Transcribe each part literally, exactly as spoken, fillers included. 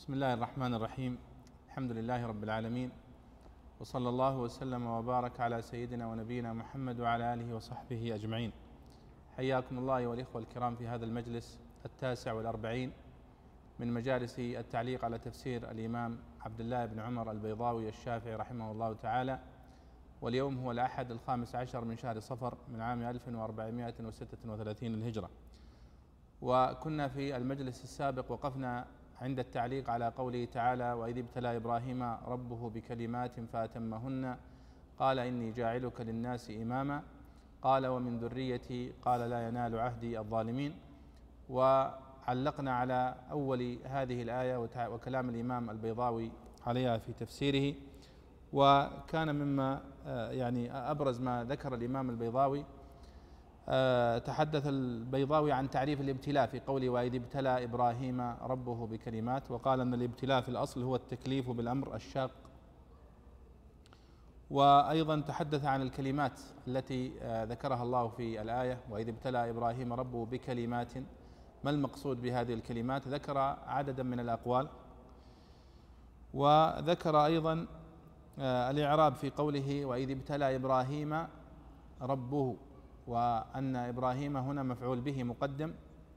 بسم الله الرحمن الرحيم. الحمد لله رب العالمين، وصلى الله وسلم وبارك على سيدنا ونبينا محمد وعلى آله وصحبه أجمعين. حياكم الله والإخوة الكرام في هذا المجلس التاسع والأربعين من مجالس التعليق على تفسير الإمام عبد الله بن عمر البيضاوي الشافعي رحمه الله تعالى. واليوم هو الأحد الخامس عشر من شهر صفر من عام ألف وأربعمائة وستة وثلاثين للهجرة. وكنا في المجلس السابق وقفنا عند التعليق على قوله تعالى: وإذ ابتلى إبراهيم ربه بكلمات فأتمهن قال إني جاعلك للناس إماما قال ومن ذريتي قال لا ينال عهدي الظالمين. وعلقنا على أول هذه الآية وكلام الإمام البيضاوي عليها في تفسيره. وكان مما يعني أبرز ما ذكر الإمام البيضاوي، تحدث البيضاوي عن تعريف الابتلاء في قوله: وإذ ابتلى إبراهيم ربه بكلمات، وقال أن الابتلاء في الأصل هو التكليف بالأمر الشاق. وأيضا تحدث عن الكلمات التي ذكرها الله في الآية: وإذ ابتلى إبراهيم ربه بكلمات، ما المقصود بهذه الكلمات؟ ذكر عددا من الأقوال، وذكر أيضا الإعراب في قوله: وإذ ابتلى إبراهيم ربه، وأن إبراهيم هنا مفعول به مقدم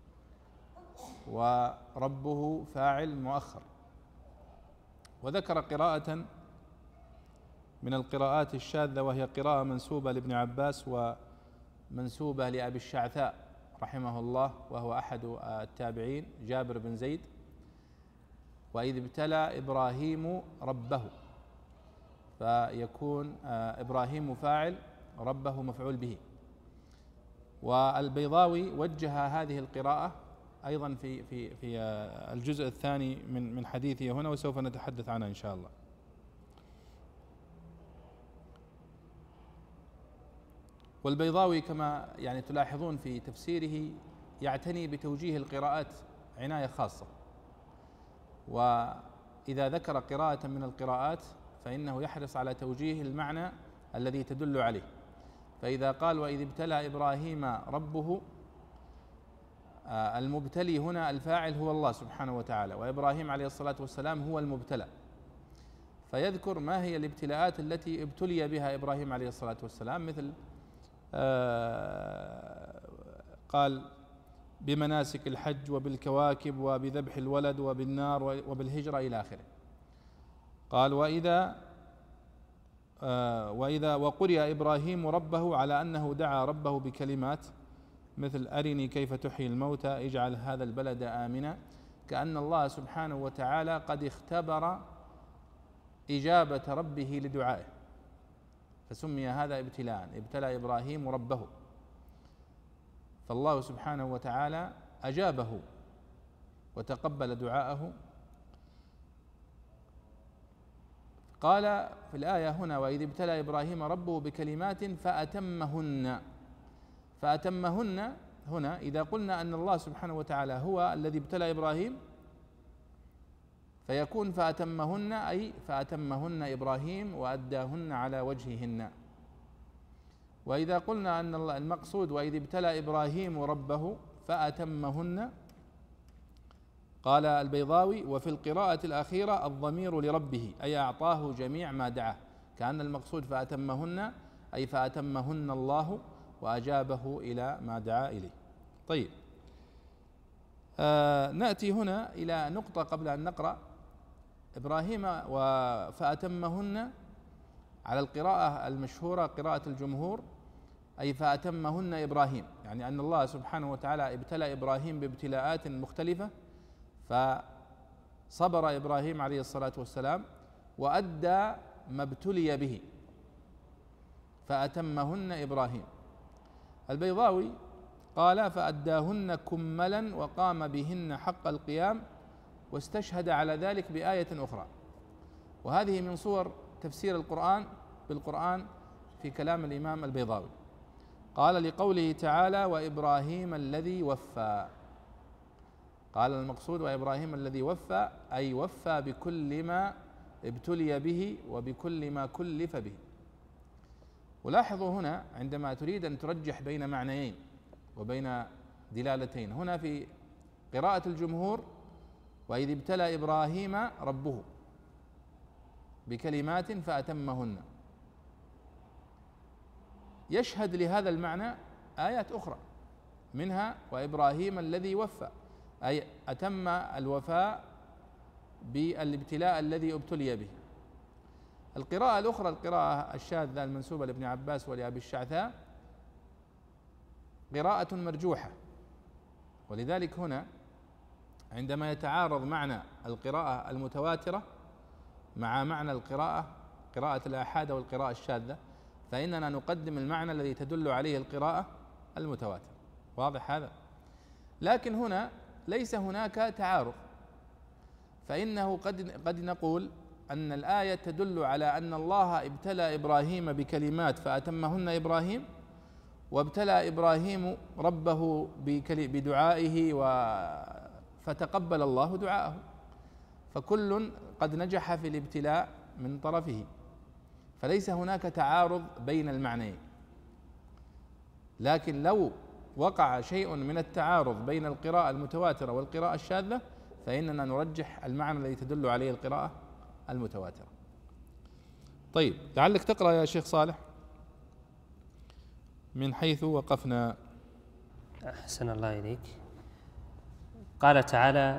وربه فاعل مؤخر. وذكر قراءة من القراءات الشاذة وهي قراءة منسوبة لابن عباس ومنسوبة لأبي الشعثاء رحمه الله وهو أحد التابعين جابر بن زيد: وإذ ابتلى إبراهيم ربه، فيكون إبراهيم فاعل ربه مفعول به. والبيضاوي وجه هذه القراءة أيضا في في في الجزء الثاني من من حديثه هنا، وسوف نتحدث عنها إن شاء الله. والبيضاوي كما يعني تلاحظون في تفسيره يعتني بتوجيه القراءات عناية خاصة، وإذا ذكر قراءة من القراءات فإنه يحرص على توجيه المعنى الذي تدل عليه. فإذا قال: وإذ ابتلى إبراهيم ربه، المبتلي هنا الفاعل هو الله سبحانه وتعالى، وإبراهيم عليه الصلاة والسلام هو المبتلى، فيذكر ما هي الابتلاءات التي ابتلي بها إبراهيم عليه الصلاة والسلام، مثل قال: بمناسك الحج وبالكواكب وبذبح الولد وبالنار وبالهجرة إلى آخره. قال: وإذا وإذا وقرئ إبراهيم ربه على أنه دعا ربه بكلمات، مثل أرني كيف تحيي الموتى اجعل هذا البلد آمنا، كأن الله سبحانه وتعالى قد اختبر إجابة ربه لدعائه، فسمي هذا ابتلاء. ابتلى إبراهيم ربه، فالله سبحانه وتعالى أجابه وتقبل دعاءه. قال في الآية هنا: وإذ ابتلى إبراهيم ربه بكلمات فأتمهن. فأتمهن هنا إذا قلنا أن الله سبحانه وتعالى هو الذي ابتلى إبراهيم فيكون فأتمهن أي فأتمهن إبراهيم وأداهن على وجههن. وإذا قلنا أن المقصود وإذ ابتلى إبراهيم ربه فأتمهن، قال البيضاوي: وفي القراءة الأخيرة الضمير لربه، أي أعطاه جميع ما دعاه، كأن المقصود فأتمهن أي فأتمهن الله وأجابه إلى ما دعا إليه. طيب، آه نأتي هنا إلى نقطة قبل أن نقرأ. إبراهيم فأتمهن على القراءة المشهورة قراءة الجمهور أي فأتمهن إبراهيم، يعني أن الله سبحانه وتعالى ابتلى إبراهيم بابتلاءات مختلفة، فصبر إبراهيم عليه الصلاة والسلام وأدى ما ابتلي به، فأتمهن إبراهيم. البيضاوي قال: فأداهن كملا وقام بهن حق القيام، واستشهد على ذلك بآية أخرى. وهذه من صور تفسير القرآن بالقرآن في كلام الإمام البيضاوي. قال: لقوله تعالى: وإبراهيم الذي وفى. قال: المقصود وإبراهيم الذي وفى أي وفى بكل ما ابتلي به وبكل ما كلف به. ولاحظوا هنا عندما تريد أن ترجح بين معنيين وبين دلالتين، هنا في قراءة الجمهور وإذ ابتلى إبراهيم ربه بكلمات فأتمهن. يشهد لهذا المعنى آيات أخرى، منها وإبراهيم الذي وفى، أي أتم الوفاء بالابتلاء الذي ابتلي به. القراءة الأخرى القراءة الشاذة المنسوبة لابن عباس ولأبي الشعثاء قراءة مرجوحة، ولذلك هنا عندما يتعارض معنى القراءة المتواترة مع معنى القراءة قراءة الآحاد والقراءة الشاذة، فإننا نقدم المعنى الذي تدل عليه القراءة المتواترة. واضح هذا؟ لكن هنا ليس هناك تعارض، فإنه قد قد نقول أن الآية تدل على أن الله ابتلى إبراهيم بكلمات فأتمهن إبراهيم، وابتلى إبراهيم ربه بدعائه فتقبل الله دعاءه، فكل قد نجح في الابتلاء من طرفه، فليس هناك تعارض بين المعنيين. لكن لو وقع شيء من التعارض بين القراءة المتواترة والقراءة الشاذة فإننا نرجح المعنى الذي تدل عليه القراءة المتواترة. طيب، لعلك تقرأ يا شيخ صالح من حيث وقفنا. أحسن الله إليك. قال تعالى: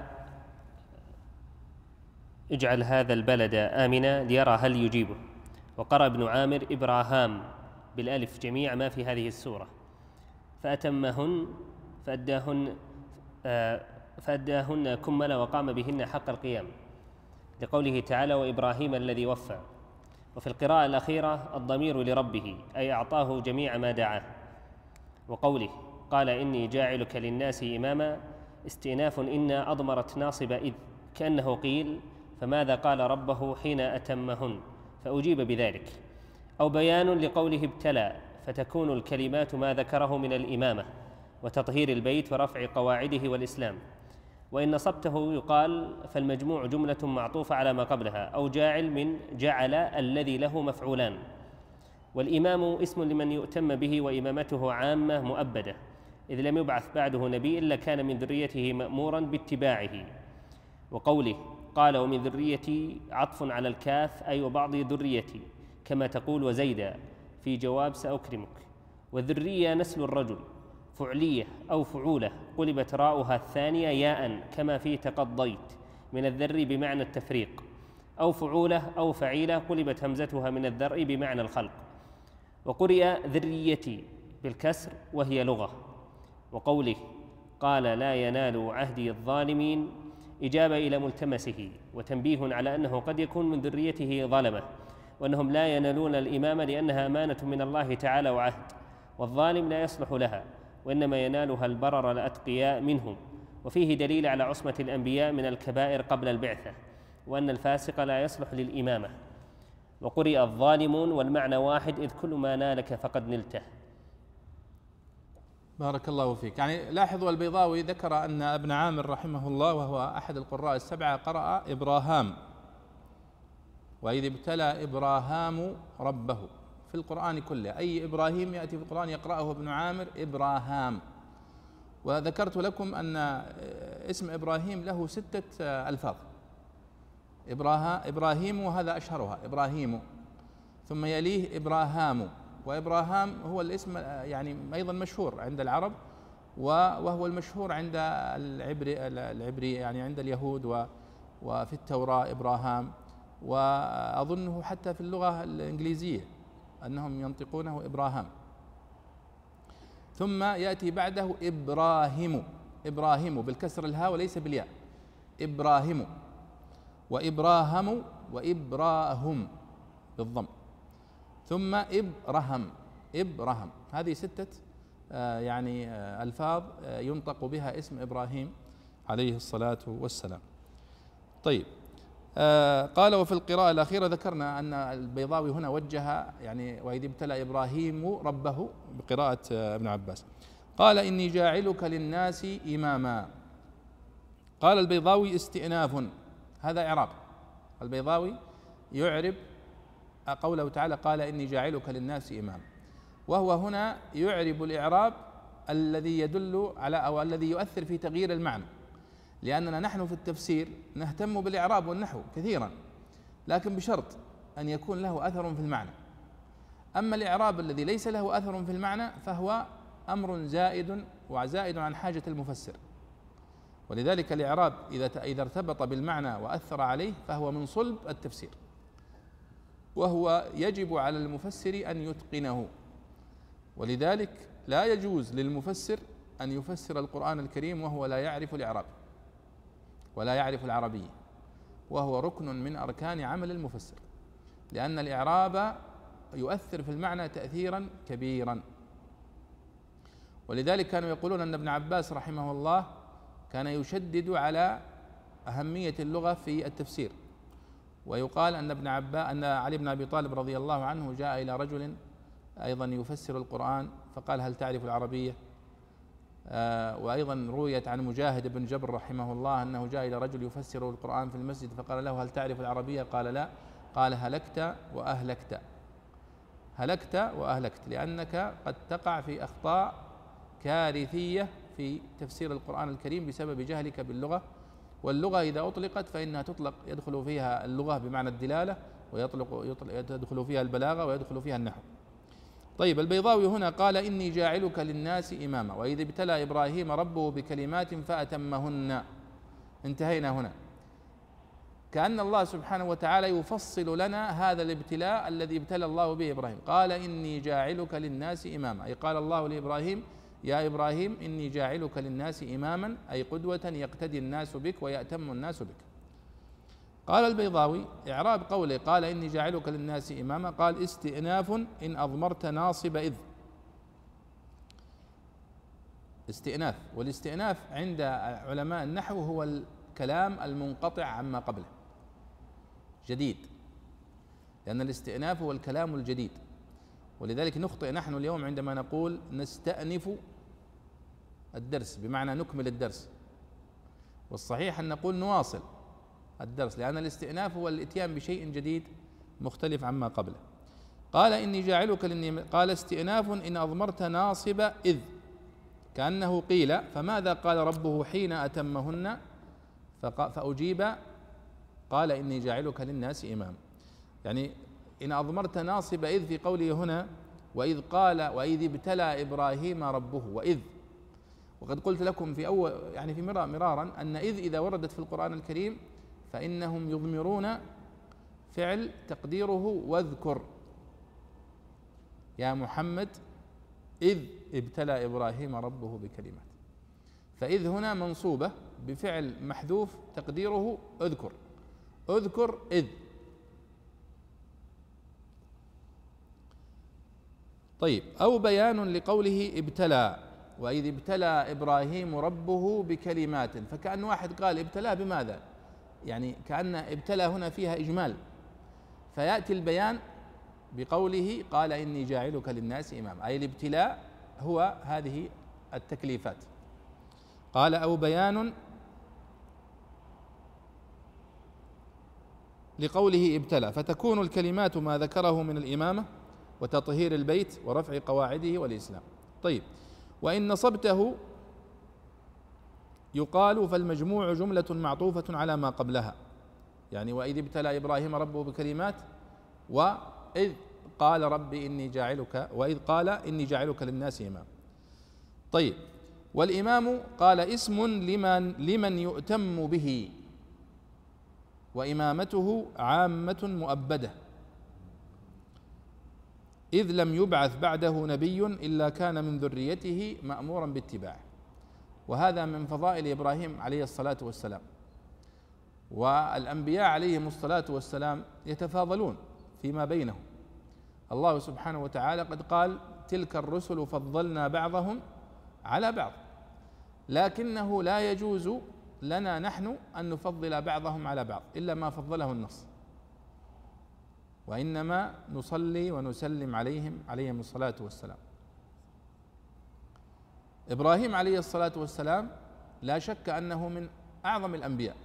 اجعل هذا البلد آمنا ليرى هل يجيبه. وقرأ ابن عامر إبراهام بالألف جميع ما في هذه السورة. فأتمهن فأداهن فأداهن كمل وقام بهن حق القيام، لقوله تعالى: وإبراهيم الذي وفى. وفي القراءة الأخيرة الضمير لربه، أي أعطاه جميع ما دعاه. وقوله: قال إني جاعلك للناس إماما، استئناف إن أضمرت ناصب إذ، كأنه قيل: فماذا قال ربه حين أتمهن؟ فأجيب بذلك. أو بيان لقوله ابتلى، فتكون الكلمات ما ذكره من الإمامة وتطهير البيت ورفع قواعده والإسلام. وإن نصبته يقال فالمجموع جملة معطوفة على ما قبلها، أو جاعل من جعل الذي له مفعولان. والإمام اسم لمن يؤتم به، وإمامته عامة مؤبدة، إذ لم يبعث بعده نبي إلا كان من ذريته مأمورا باتباعه. وقوله قال ومن ذريتي عطف على الكاف، أي وبعض ذريتي، كما تقول وزيدا في جواب سأكرمك. والذرية نسل الرجل، فعلية أو فعولة قلبت راؤها الثانية ياء، كما في تقضيت من الذر بمعنى التفريق، أو فعولة أو فعيلة قلبت همزتها من الذر بمعنى الخلق. وقرئ ذريتي بالكسر وهي لغة. وقوله قال لا ينال عهدي الظالمين إجابة إلى ملتمسه، وتنبيه على أنه قد يكون من ذريته ظلمة، وأنهم لا ينالون الإمامة لأنها أمانة من الله تعالى وعهد، والظالم لا يصلح لها، وإنما ينالها البرر الأتقياء منهم. وفيه دليل على عصمة الأنبياء من الكبائر قبل البعثة، وأن الفاسق لا يصلح للإمامة. وقرئ الظالمون والمعنى واحد، إذ كل ما نالك فقد نلته. بارك الله فيك. يعني لاحظوا البيضاوي ذكر أن ابن عامر رحمه الله وهو أحد القراء السبعة قرأ إبراهام، وإذ ابتلى إبراهام ربه في القرآن كله، أي إبراهيم يأتي في القرآن يقرأه ابن عامر إبراهام. وذكرت لكم أن اسم إبراهيم له ستة ألفاظ، إبراهيم وهذا أشهرها إبراهيم، ثم يليه إبراهام. وإبراهام هو الاسم يعني أيضا مشهور عند العرب، وهو المشهور عند العبري, العبري يعني عند اليهود، وفي التوراة إبراهام، وأظنه حتى في اللغة الإنجليزية أنهم ينطقونه إبراهام. ثم يأتي بعده إبراهيم، إبراهيم بالكسر الهاء وليس بالياء، إبراهيم، وإبراهام وإبراهم بالضم، ثم إبراهام، إبراهام. هذه ستة آه يعني آه ألفاظ آه ينطق بها اسم إبراهيم عليه الصلاة والسلام. طيب، آه قال وفي القراءة الأخيرة ذكرنا أن البيضاوي هنا وجه يعني وإذ ابتلى إبراهيم ربه بقراءة آه ابن عباس. قال إني جاعلك للناس إماما. قال البيضاوي استئناف، هذا إعراب. البيضاوي يعرب قوله تعالى قال إني جاعلك للناس إماما، وهو هنا يعرب الإعراب الذي يدل على أو الذي يؤثر في تغيير المعنى. لأننا نحن في التفسير نهتم بالإعراب والنحو كثيرا، لكن بشرط أن يكون له أثر في المعنى. أما الإعراب الذي ليس له أثر في المعنى فهو أمر زائد وزائد عن حاجة المفسر، ولذلك الإعراب إذا إذا ارتبط بالمعنى وأثر عليه فهو من صلب التفسير، وهو يجب على المفسر أن يتقنه. ولذلك لا يجوز للمفسر أن يفسر القرآن الكريم وهو لا يعرف الإعراب ولا يعرف العربية، وهو ركن من أركان عمل المفسر، لأن الإعراب يؤثر في المعنى تأثيرا كبيرا. ولذلك كانوا يقولون أن ابن عباس رحمه الله كان يشدد على أهمية اللغة في التفسير، ويقال أن ابن عباس أن علي بن أبي طالب رضي الله عنه جاء إلى رجل أيضا يفسر القرآن فقال: هل تعرف العربية؟ آه وأيضا رويت عن مجاهد بن جبر رحمه الله أنه جاء إلى رجل يفسر القرآن في المسجد فقال له: هل تعرف العربية؟ قال: لا. قال: هلكت وأهلكت، هلكت وأهلكت، لأنك قد تقع في أخطاء كارثية في تفسير القرآن الكريم بسبب جهلك باللغة. واللغة إذا أطلقت فإنها تطلق يدخل فيها اللغة بمعنى الدلالة، ويطلق يدخل فيها البلاغة، ويدخل فيها النحو. طيب، البيضاوي هنا قال: إني جاعلك للناس إماما وإذ ابتلى إبراهيم ربه بكلمات فأتمهن. انتهينا هنا. كأن الله سبحانه وتعالى يفصل لنا هذا الابتلاء الذي ابتلى الله به إبراهيم. قال: إني جاعلك للناس إماما، أي قال الله لإبراهيم: يا إبراهيم إني جاعلك للناس إماما، أي قدوة يقتدي الناس بك ويأتم الناس بك. قال البيضاوي: إعراب قوله قال إني جاعلك للناس إماما، قال: استئناف إن أضمرت ناصب إذ. استئناف، والاستئناف عند علماء النحو هو الكلام المنقطع عما قبله، جديد، لأن الاستئناف هو الكلام الجديد. ولذلك نخطئ نحن اليوم عندما نقول نستأنف الدرس، بمعنى نكمل الدرس، والصحيح أن نقول نواصل الدرس، لأن الاستئناف هو الاتيان بشيء جديد مختلف عما قبله. قال: إني جاعلك للني، قال: استئناف إن أضمرت ناصب إذ، كأنه قيل: فماذا قال ربه حين أتمهن؟ فأجيب قال: إني جاعلك للناس إمام. يعني إن أضمرت ناصب إذ في قوله هنا: وإذ قال وإذ ابتلى إبراهيم ربه، وإذ. وقد قلت لكم في أول يعني في مرارا أن إذ إذا وردت في القرآن الكريم فإنهم يضمرون فعل تقديره واذكر يا محمد إذ ابتلى إبراهيم ربه بكلمات. فإذ هنا منصوبة بفعل محذوف تقديره اذكر، اذكر إذ. طيب، أو بيان لقوله ابتلى وإذ ابتلى إبراهيم ربه بكلمات، فكأن واحد قال ابتلى بماذا؟ يعني كأن ابتلى هنا فيها إجمال، فيأتي البيان بقوله قال إني جاعلك للناس إمام، أي الابتلاء هو هذه التكليفات. قال: أو بيان لقوله ابتلى، فتكون الكلمات ما ذكره من الإمامة وتطهير البيت ورفع قواعده والإسلام. طيب، وإن نصبته يقال فالمجموع جملة معطوفة على ما قبلها، يعني وإذ ابتلى إبراهيم ربه بكلمات، وإذ قال ربي إني جاعلك، وإذ قال إني جاعلك للناس إمام. طيب، والإمام قال اسم لمن لمن يؤتم به، وإمامته عامة مؤبدة، إذ لم يبعث بعده نبي إلا كان من ذريته مأمورا باتباعه. وهذا من فضائل إبراهيم عليه الصلاة والسلام. والأنبياء عليهم الصلاة والسلام يتفاضلون فيما بينهم. الله سبحانه وتعالى قد قال: تلك الرسل فضلنا بعضهم على بعض، لكنه لا يجوز لنا نحن أن نفضل بعضهم على بعض إلا ما فضله النص، وإنما نصلي ونسلم عليهم عليهم الصلاة والسلام. إبراهيم عليه الصلاة والسلام لا شك أنه من أعظم الأنبياء،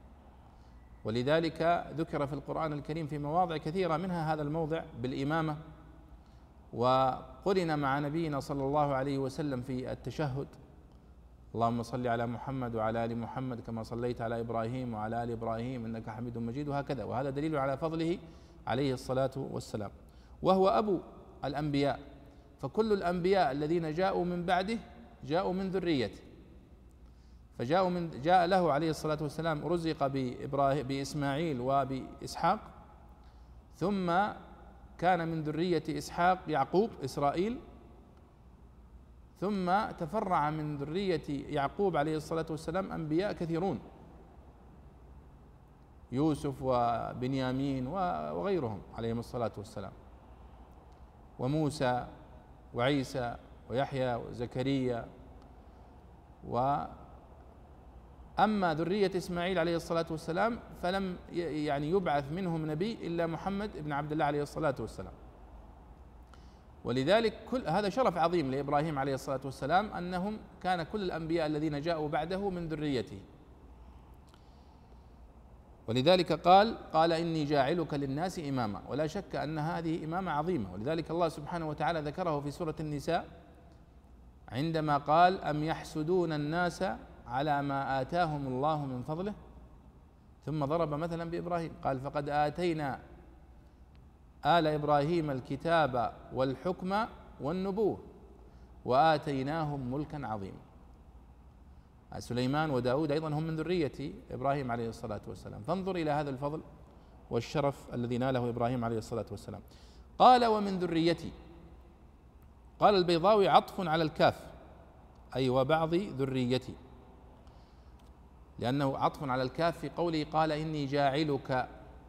ولذلك ذكر في القرآن الكريم في مواضع كثيرة، منها هذا الموضع بالإمامة، وقرن مع نبينا صلى الله عليه وسلم في التشهد اللهم صل على محمد وعلى آل محمد كما صليت على إبراهيم وعلى آل إبراهيم إنك حميد مجيد، وهكذا. وهذا دليل على فضله عليه الصلاة والسلام، وهو أبو الأنبياء، فكل الأنبياء الذين جاءوا من بعده جاءوا من ذريته، فجاءوا من جاء له عليه الصلاة والسلام رزق بإبراهيم بإسماعيل وبإسحاق، ثم كان من ذرية إسحاق يعقوب إسرائيل، ثم تفرع من ذرية يعقوب عليه الصلاة والسلام أنبياء كثيرون، يوسف وبنيامين وغيرهم عليهم الصلاة والسلام، وموسى وعيسى ويحيى وزكريا. وأما ذرية إسماعيل عليه الصلاة والسلام فلم يعني يبعث منهم نبي إلا محمد بن عبد الله عليه الصلاة والسلام. ولذلك كل هذا شرف عظيم لإبراهيم عليه الصلاة والسلام أنهم كان كل الأنبياء الذين جاءوا بعده من ذريته. ولذلك قال قال إني جاعلك للناس إماما، ولا شك أن هذه إمامة عظيمة. ولذلك الله سبحانه وتعالى ذكره في سورة النساء عندما قال أم يحسدون الناس على ما آتاهم الله من فضله، ثم ضرب مثلا بإبراهيم قال فقد آتينا آل إبراهيم الكتاب والحكم والنبوة وآتيناهم ملكا عظيما. سليمان وداود أيضا هم من ذرية إبراهيم عليه الصلاة والسلام، فانظر إلى هذا الفضل والشرف الذي ناله إبراهيم عليه الصلاة والسلام. قال ومن ذريتي، قال البيضاوي عطف على الكاف أي وبعض ذريتي، لأنه عطف على الكاف في قوله قال إني جاعلك،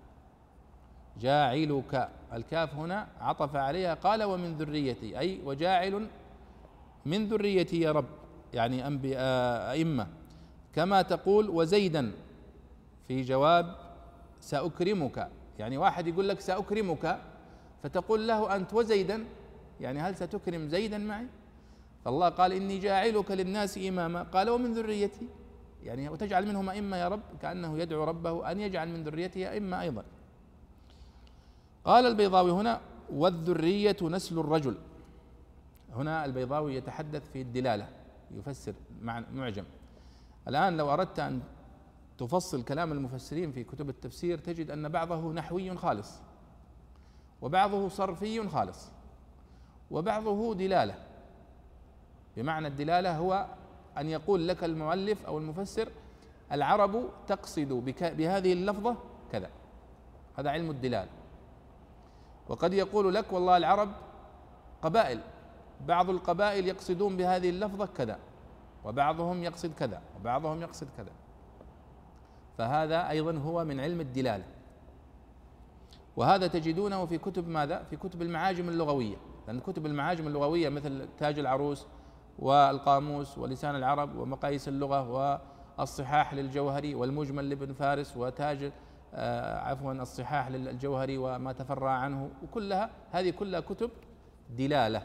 جاعلك الكاف هنا عطف عليها قال ومن ذريتي، أي وجاعل من ذريتي يا رب، يعني أنبياء أئمة، كما تقول وزيدا في جواب سأكرمك، يعني واحد يقول لك سأكرمك فتقول له أنت وزيدا، يعني هل ستكرم زيدا معي؟ فالله قال إني جاعلك للناس إماما، قال ومن ذريتي، يعني وتجعل منهم أئمة يا رب، كأنه يدعو ربه أن يجعل من ذريته أئمة أيضا. قال البيضاوي هنا والذرية نسل الرجل، هنا البيضاوي يتحدث في الدلالة، يفسر مع معجم. الآن لو أردت أن تفصل كلام المفسرين في كتب التفسير تجد أن بعضه نحوي خالص، وبعضه صرفي خالص، وبعضه دلالة. بمعنى الدلالة هو أن يقول لك المؤلف أو المفسر العرب تقصد بهذه اللفظة كذا، هذا علم الدلالة. وقد يقول لك والله العرب قبائل، بعض القبائل يقصدون بهذه اللفظة كذا، وبعضهم يقصد كذا، وبعضهم يقصد كذا، فهذا أيضا هو من علم الدلالة. وهذا تجدونه في كتب ماذا؟ في كتب المعاجم اللغوية، لأن كتب المعاجم اللغوية مثل تاج العروس والقاموس ولسان العرب ومقاييس اللغة والصحاح للجوهري والمجمل لابن فارس وتاج آه عفوا الصحاح للجوهري وما تفرع عنه، وكلها هذه كلها كتب دلالة.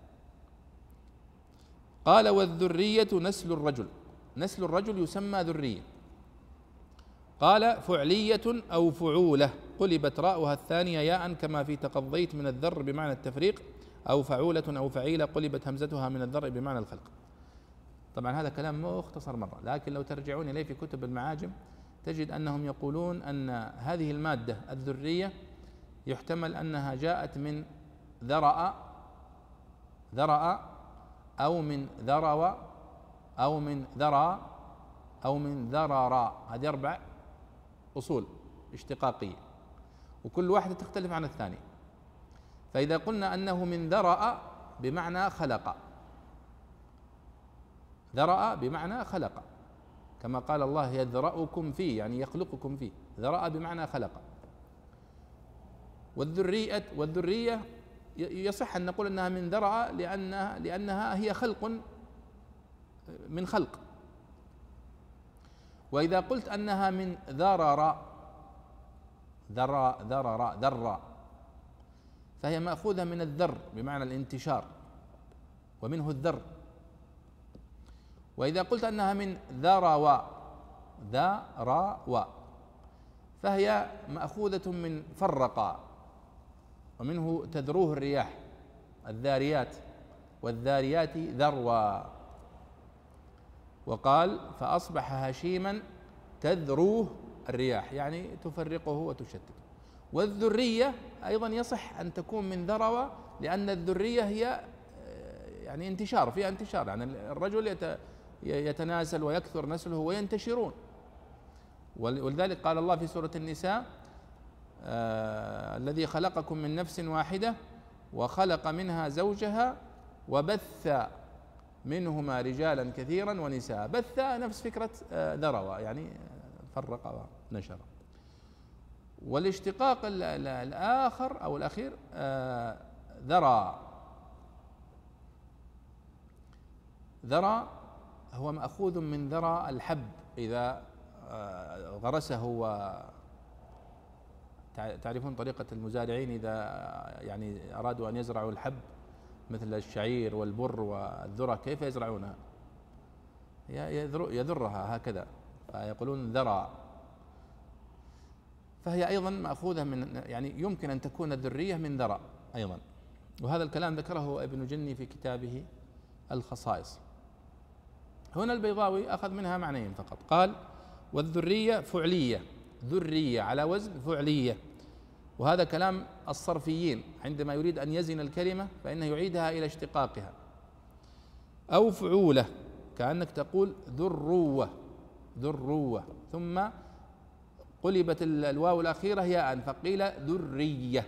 قال والذرية نسل الرجل، نسل الرجل يسمى ذرية. قال فعلية أو فعولة قلبت راؤها الثانية ياء كما في تقضيت من الذر بمعنى التفريق، أو فعولة أو فعيلة قلبت همزتها من الذر بمعنى الخلق. طبعا هذا كلام مختصر مرة، لكن لو ترجعون إليه في كتب المعاجم تجد أنهم يقولون أن هذه المادة الذرية يحتمل أنها جاءت من ذرأ ذرأ أو من ذروة أو من ذرى أو من ذررا، هذه أربع أصول اشتقاقية وكل واحدة تختلف عن الثانية. فإذا قلنا أنه من ذرأ بمعنى خلق، ذرأ بمعنى خلق، كما قال الله يذرأكم فيه يعني يخلقكم فيه، ذرأ بمعنى خلق. والذرية والذرية يصح أن نقول أنها من ذرأ لأنها لأنها هي خلق من خلق. وإذا قلت أنها من ذرر ذر ذرر ذر فهي مأخوذة من الذر بمعنى الانتشار ومنه الذر. وإذا قلت أنها من ذروا ذروا فهي مأخوذة من فرق ومنه تذروه الرياح، الذاريات والذاريات ذروا. وقال فأصبح هشيما تذروه الرياح، يعني تفرقه وتشتته. والذرية أيضا يصح أن تكون من ذروة، لأن الذرية هي يعني انتشار، فيها انتشار، يعني الرجل يتناسل ويكثر نسله وينتشرون. ولذلك قال الله في سورة النساء آه الذي خلقكم من نفس واحدة وخلق منها زوجها وبث منهما رجالا كثيرا ونساء. بث نفس فكرة آه ذروة، يعني فرق ونشر. والاشتقاق الآخر أو الأخير آه ذرى. ذرى هو مأخوذ من ذرى الحب، إذا غرسه، و تعرفون طريقة المزارعين إذا يعني أرادوا أن يزرعوا الحب مثل الشعير والبر والذرة كيف يزرعونها؟ يذرها هكذا، فيقولون ذرى. فهي أيضا مأخوذة من، يعني يمكن أن تكون الذرية من ذرى أيضا. وهذا الكلام ذكره ابن جني في كتابه الخصائص. هنا البيضاوي أخذ منها معنيين فقط، قال والذرية فعلية، ذرية على وزن فعلية، وهذا كلام الصرفيين عندما يريد أن يزن الكلمة فإنه يعيدها إلى اشتقاقها. أو فعولة، كأنك تقول ذروة، ذروة، ثم قلبت الواو الأخيرة ياء فقيل ذرية.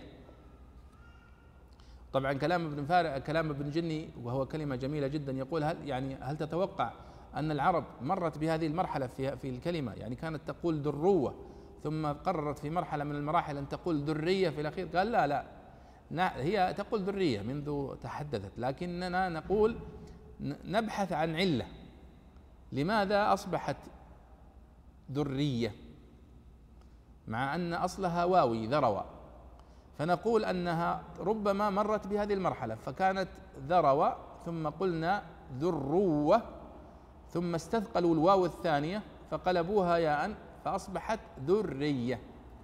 طبعا كلام ابن فارع كلام ابن جني وهو كلمة جميلة جدا، يقول هل يعني هل تتوقع أن العرب مرت بهذه المرحلة في في الكلمة، يعني كانت تقول ذروة ثم قررت في مرحلة من المراحل أن تقول ذرية في الأخير؟ قال لا لا، هي تقول ذرية منذ تحدثت، لكننا نقول نبحث عن علة لماذا أصبحت ذرية مع أن أصلها واوي ذروة، فنقول أنها ربما مرت بهذه المرحلة فكانت ذروة ثم قلنا ذروة ثم استثقلوا الواو الثانية فقلبوها ياء فأصبحت ذرية،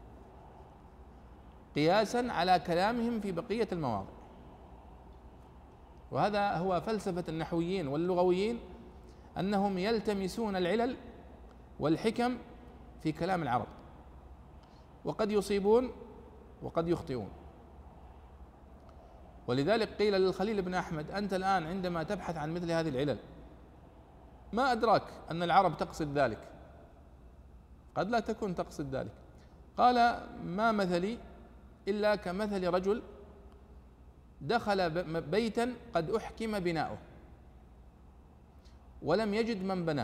قياسا على كلامهم في بقية المواضع. وهذا هو فلسفة النحويين واللغويين، أنهم يلتمسون العلل والحكم في كلام العرب، وقد يصيبون وقد يخطئون. ولذلك قيل للخليل بن أحمد أنت الآن عندما تبحث عن مثل هذه العلل ما أدراك أن العرب تقصد ذلك؟ قد لا تكون تقصد ذلك. قال ما مثلي إلا كمثل رجل دخل بيتا قد أحكم بناؤه ولم يجد من بناه،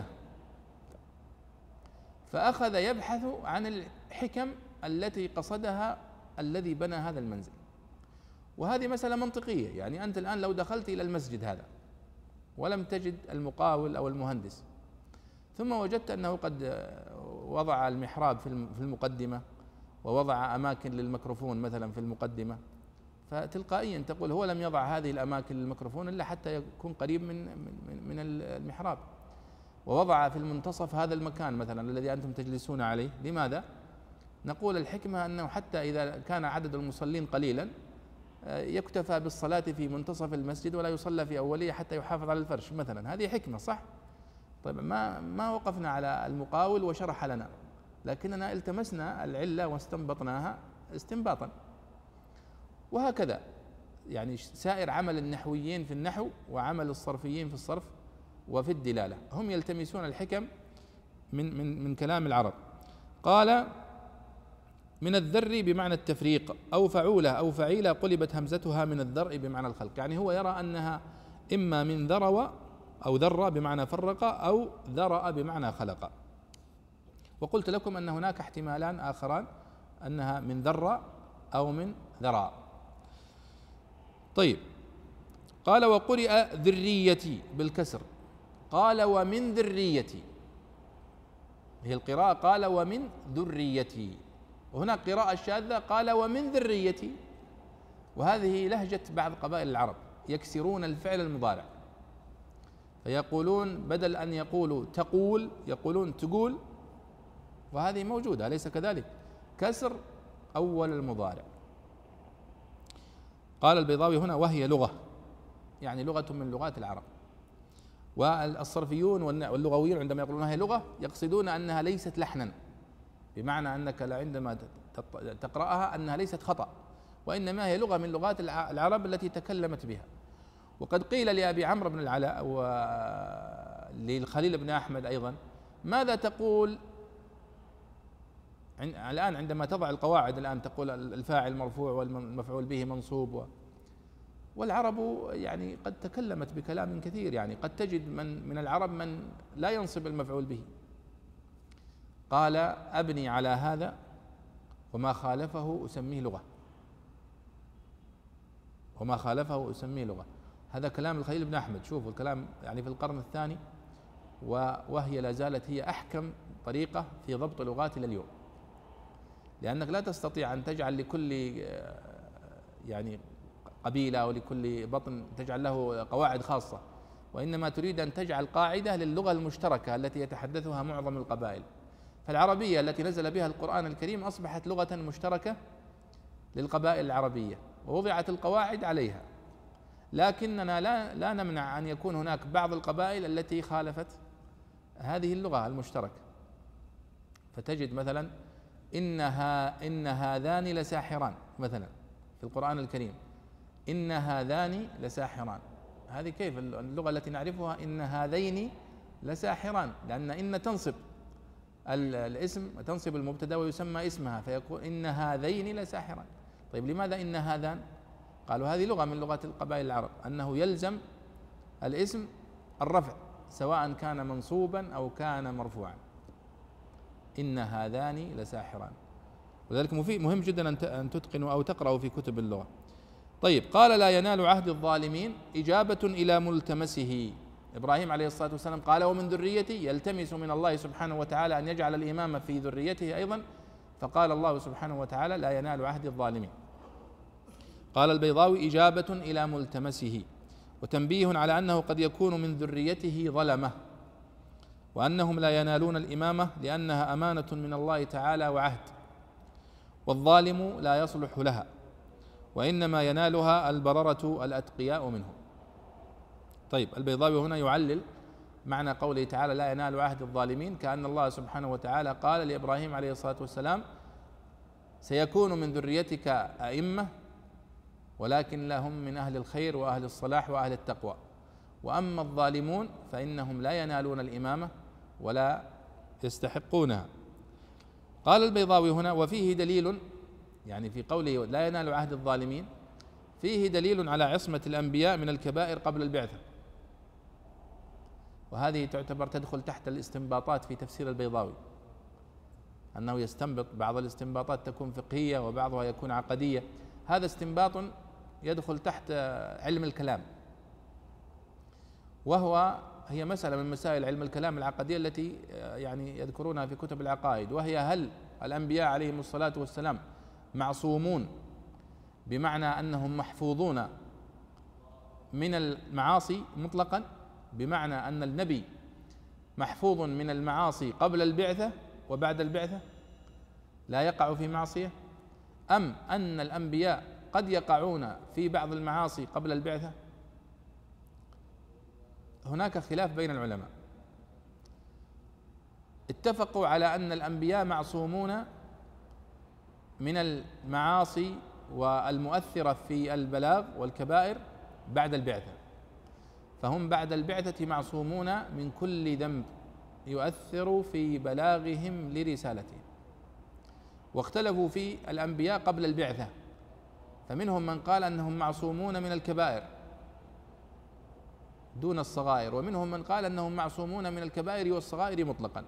فأخذ يبحث عن الحكم التي قصدها الذي بنى هذا المنزل. وهذه مسألة منطقية، يعني أنت الآن لو دخلت إلى المسجد هذا ولم تجد المقاول أو المهندس، ثم وجدت أنه قد وضع المحراب في المقدمة ووضع أماكن للميكروفون مثلا في المقدمة، فتلقائيا تقول هو لم يضع هذه الأماكن للميكروفون إلا حتى يكون قريب من من من المحراب، ووضع في المنتصف هذا المكان مثلا الذي أنتم تجلسون عليه. لماذا؟ نقول الحكمة أنه حتى إذا كان عدد المصلين قليلا يكتفى بالصلاة في منتصف المسجد ولا يصلى في أولية حتى يحافظ على الفرش مثلا، هذه حكمة صح؟ طيب ما ما وقفنا على المقاول وشرح لنا، لكننا التمسنا العلة واستنبطناها استنباطا. وهكذا يعني سائر عمل النحويين في النحو وعمل الصرفيين في الصرف وفي الدلالة، هم يلتمسون الحكم من من من كلام العرب. قال من الذر بمعنى التفريق، أو فعولة أو فعيلة قلبت همزتها من الذرء بمعنى الخلق، يعني هو يرى أنها إما من ذروة أو ذر بمعنى فرق أو ذرأ بمعنى خلق. وقلت لكم أن هناك احتمالان آخران، أنها من ذر أو من ذراء. طيب قال وقرئ ذريتي بالكسر، قال ومن ذريتي، هي القراءة قال ومن ذريتي، وهناك قراءة شاذة قال ومن ذريتي، وهذه لهجة بعض قبائل العرب يكسرون الفعل المضارع فيقولون بدل أن يقولوا تقول يقولون تقول، وهذه موجودة أليس كذلك؟ كسر أول المضارع. قال البيضاوي هنا وهي لغة، يعني لغة من لغات العرب. والصرفيون واللغويون عندما يقولون هي لغة يقصدون أنها ليست لحنا، بمعنى أنك عندما تقرأها أنها ليست خطأ، وإنما هي لغة من لغات العرب التي تكلمت بها. وقد قيل لأبي عمرو بن العلاء وللخليل بن أحمد أيضا: ماذا تقول الآن عندما تضع القواعد؟ الآن تقول الفاعل مرفوع والمفعول به منصوب، والعرب يعني قد تكلمت بكلام كثير، يعني قد تجد من من العرب من لا ينصب المفعول به. قال: أبني على هذا وما خالفه أسميه لغة، وما خالفه أسميه لغة. هذا كلام الخليل بن أحمد. شوفوا الكلام يعني في القرن الثاني، وهي لا زالت هي أحكم طريقة في ضبط لغات إلى اليوم، لأنك لا تستطيع أن تجعل لكل يعني قبيلة أو لكل بطن تجعل له قواعد خاصة، وإنما تريد أن تجعل قاعدة للغة المشتركة التي يتحدثها معظم القبائل. فالعربية التي نزل بها القرآن الكريم أصبحت لغة مشتركة للقبائل العربية، ووضعت القواعد عليها، لكننا لا لا نمنع أن يكون هناك بعض القبائل التي خالفت هذه اللغة المشتركة. فتجد مثلا إنها إن هذان لساحران مثلا في القرآن الكريم، إن هذان لساحران. هذه كيف اللغة التي نعرفها؟ إن هذين لساحران، لأن إن تنصب الاسم وتنصب المبتدأ ويسمى اسمها، فيكون إن هذين لساحران. طيب لماذا إن هذان؟ قالوا هذه لغة من لغات القبائل العرب، أنه يلزم الاسم الرفع سواء كان منصوبا أو كان مرفوعا. إن هذان لساحران، ولذلك مهم جدا أن تتقنوا أو تقرأوا في كتب اللغة. طيب، قال: لا ينال عهد الظالمين، إجابة إلى ملتمسه. إبراهيم عليه الصلاة والسلام قال: ومن ذريتي، يلتمس من الله سبحانه وتعالى أن يجعل الإمامة في ذريته أيضا، فقال الله سبحانه وتعالى: لا ينال عهد الظالمين. قال البيضاوي: إجابة إلى ملتمسه، وتنبيه على أنه قد يكون من ذريته ظلمة، وأنهم لا ينالون الإمامة لأنها أمانة من الله تعالى وعهد، والظالم لا يصلح لها، وإنما ينالها البررة الأتقياء منهم. طيب، البيضاوي هنا يعلل معنى قوله تعالى: لا ينال عهد الظالمين، كأن الله سبحانه وتعالى قال لإبراهيم عليه الصلاة والسلام: سيكون من ذريتك أئمة، ولكن لهم من أهل الخير وأهل الصلاح وأهل التقوى، وأما الظالمون فإنهم لا ينالون الإمامة ولا يستحقونها. قال البيضاوي هنا: وفيه دليل، يعني في قوله لا ينال عهد الظالمين، فيه دليل على عصمة الأنبياء من الكبائر قبل البعثة، وهذه تعتبر تدخل تحت الاستنباطات في تفسير البيضاوي، أنه يستنبط بعض الاستنباطات تكون فقهية وبعضها يكون عقدية. هذا استنباط يدخل تحت علم الكلام، وهو هي مسألة من مسائل علم الكلام العقدية التي يعني يذكرونها في كتب العقائد، وهي: هل الأنبياء عليهم الصلاة والسلام معصومون بمعنى أنهم محفوظون من المعاصي مطلقا، بمعنى أن النبي محفوظ من المعاصي قبل البعثة وبعد البعثة لا يقع في معصية، أم أن الأنبياء قد يقعون في بعض المعاصي قبل البعثة؟ هناك خلاف بين العلماء. اتفقوا على أن الأنبياء معصومون من المعاصي والمؤثرة في البلاغ والكبائر بعد البعثة، فهم بعد البعثة معصومون من كل ذنب يؤثر في بلاغهم لرسالتهم. واختلفوا في الأنبياء قبل البعثة، فمنهم من قال أنهم معصومون من الكبائر دون الصغائر، ومنهم من قال أنهم معصومون من الكبائر والصغائر مطلقا.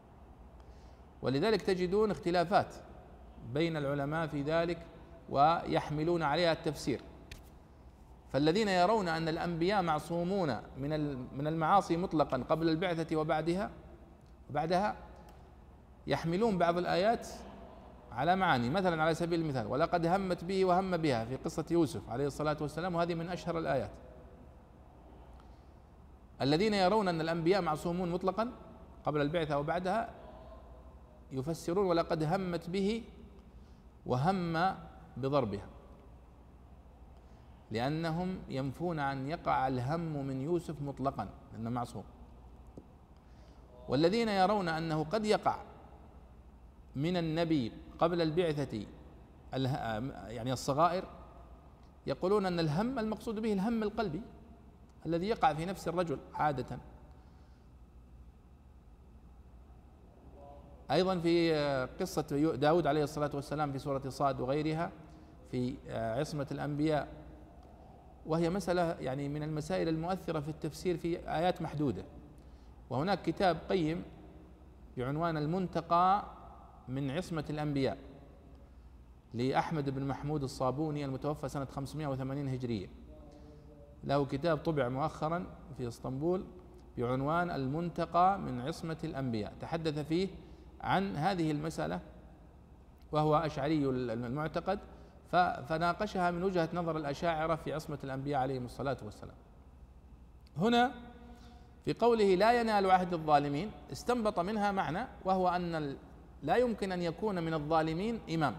ولذلك تجدون اختلافات بين العلماء في ذلك ويحملون عليها التفسير. فالذين يرون أن الأنبياء معصومون من من المعاصي مطلقا قبل البعثة وبعدها وبعدها يحملون بعض الآيات على معاني، مثلا على سبيل المثال: ولقد همت به وهم بها في قصة يوسف عليه الصلاة والسلام، وهذه من أشهر الآيات. الذين يرون أن الأنبياء معصومون مطلقا قبل البعثة وبعدها يفسرون: ولقد همت به وهم بضربها. لأنهم ينفون أن يقع الهم من يوسف مطلقا لأنه معصوم، والذين يرون أنه قد يقع من النبي قبل البعثة يعني الصغائر يقولون أن الهم المقصود به الهم القلبي الذي يقع في نفس الرجل عادة. أيضا في قصة داود عليه الصلاة والسلام في سورة صاد وغيرها في عصمة الأنبياء، وهي مسألة يعني من المسائل المؤثرة في التفسير في آيات محدودة. وهناك كتاب قيم بعنوان المنتقى من عصمة الأنبياء لأحمد بن محمود الصابوني المتوفى سنة خمسمائة وثمانين هجرية، له كتاب طبع مؤخرا في اسطنبول بعنوان المنتقى من عصمة الأنبياء، تحدث فيه عن هذه المسألة وهو أشعري المعتقد، فناقشها من وجهة نظر الأشاعرة في عصمة الأنبياء عليهم الصلاة والسلام. هنا في قوله لا ينال عهد الظالمين استنبط منها معنى، وهو أن لا يمكن أن يكون من الظالمين إمام،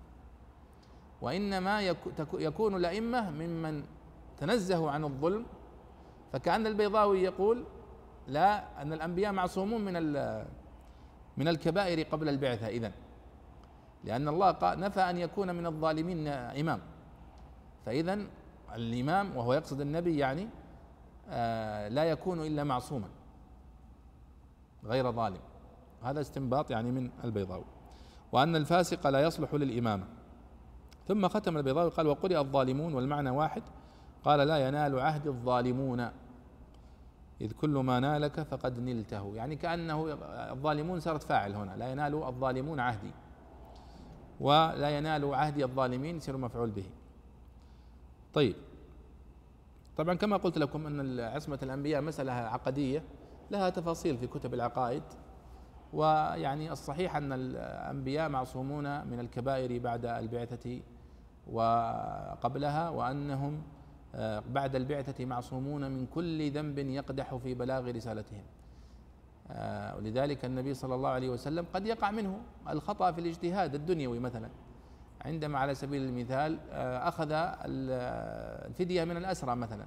وإنما يكون الأئمة ممن تنزهوا عن الظلم. فكأن البيضاوي يقول لا، أن الأنبياء معصومون من من الكبائر قبل البعثة إذن، لأن الله نفى أن يكون من الظالمين إمام، فإذن الإمام وهو يقصد النبي يعني آه لا يكون إلا معصوما غير ظالم. هذا استنباط يعني من البيضاوي. وأن الفاسق لا يصلح للإمامة. ثم ختم البيضاوي قال وقرئ الظالمون والمعنى واحد، قال لا ينال عهد الظالمون إذ كل ما نالك فقد نلته، يعني كأنه الظالمون صارت فاعل هنا، لا ينال الظالمون عهدي، ولا ينال عهدي الظالمين يصير مفعول به. طيب، طبعا كما قلت لكم أن عصمة الأنبياء مسألة عقدية لها تفاصيل في كتب العقائد، ويعني الصحيح أن الأنبياء معصومون من الكبائر بعد البعثة وقبلها، وأنهم بعد البعثة معصومون من كل ذنب يقدح في بلاغ رسالتهم. ولذلك النبي صلى الله عليه وسلم قد يقع منه الخطأ في الاجتهاد الدنيوي، مثلا عندما على سبيل المثال أخذ الفدية من الأسرى مثلا،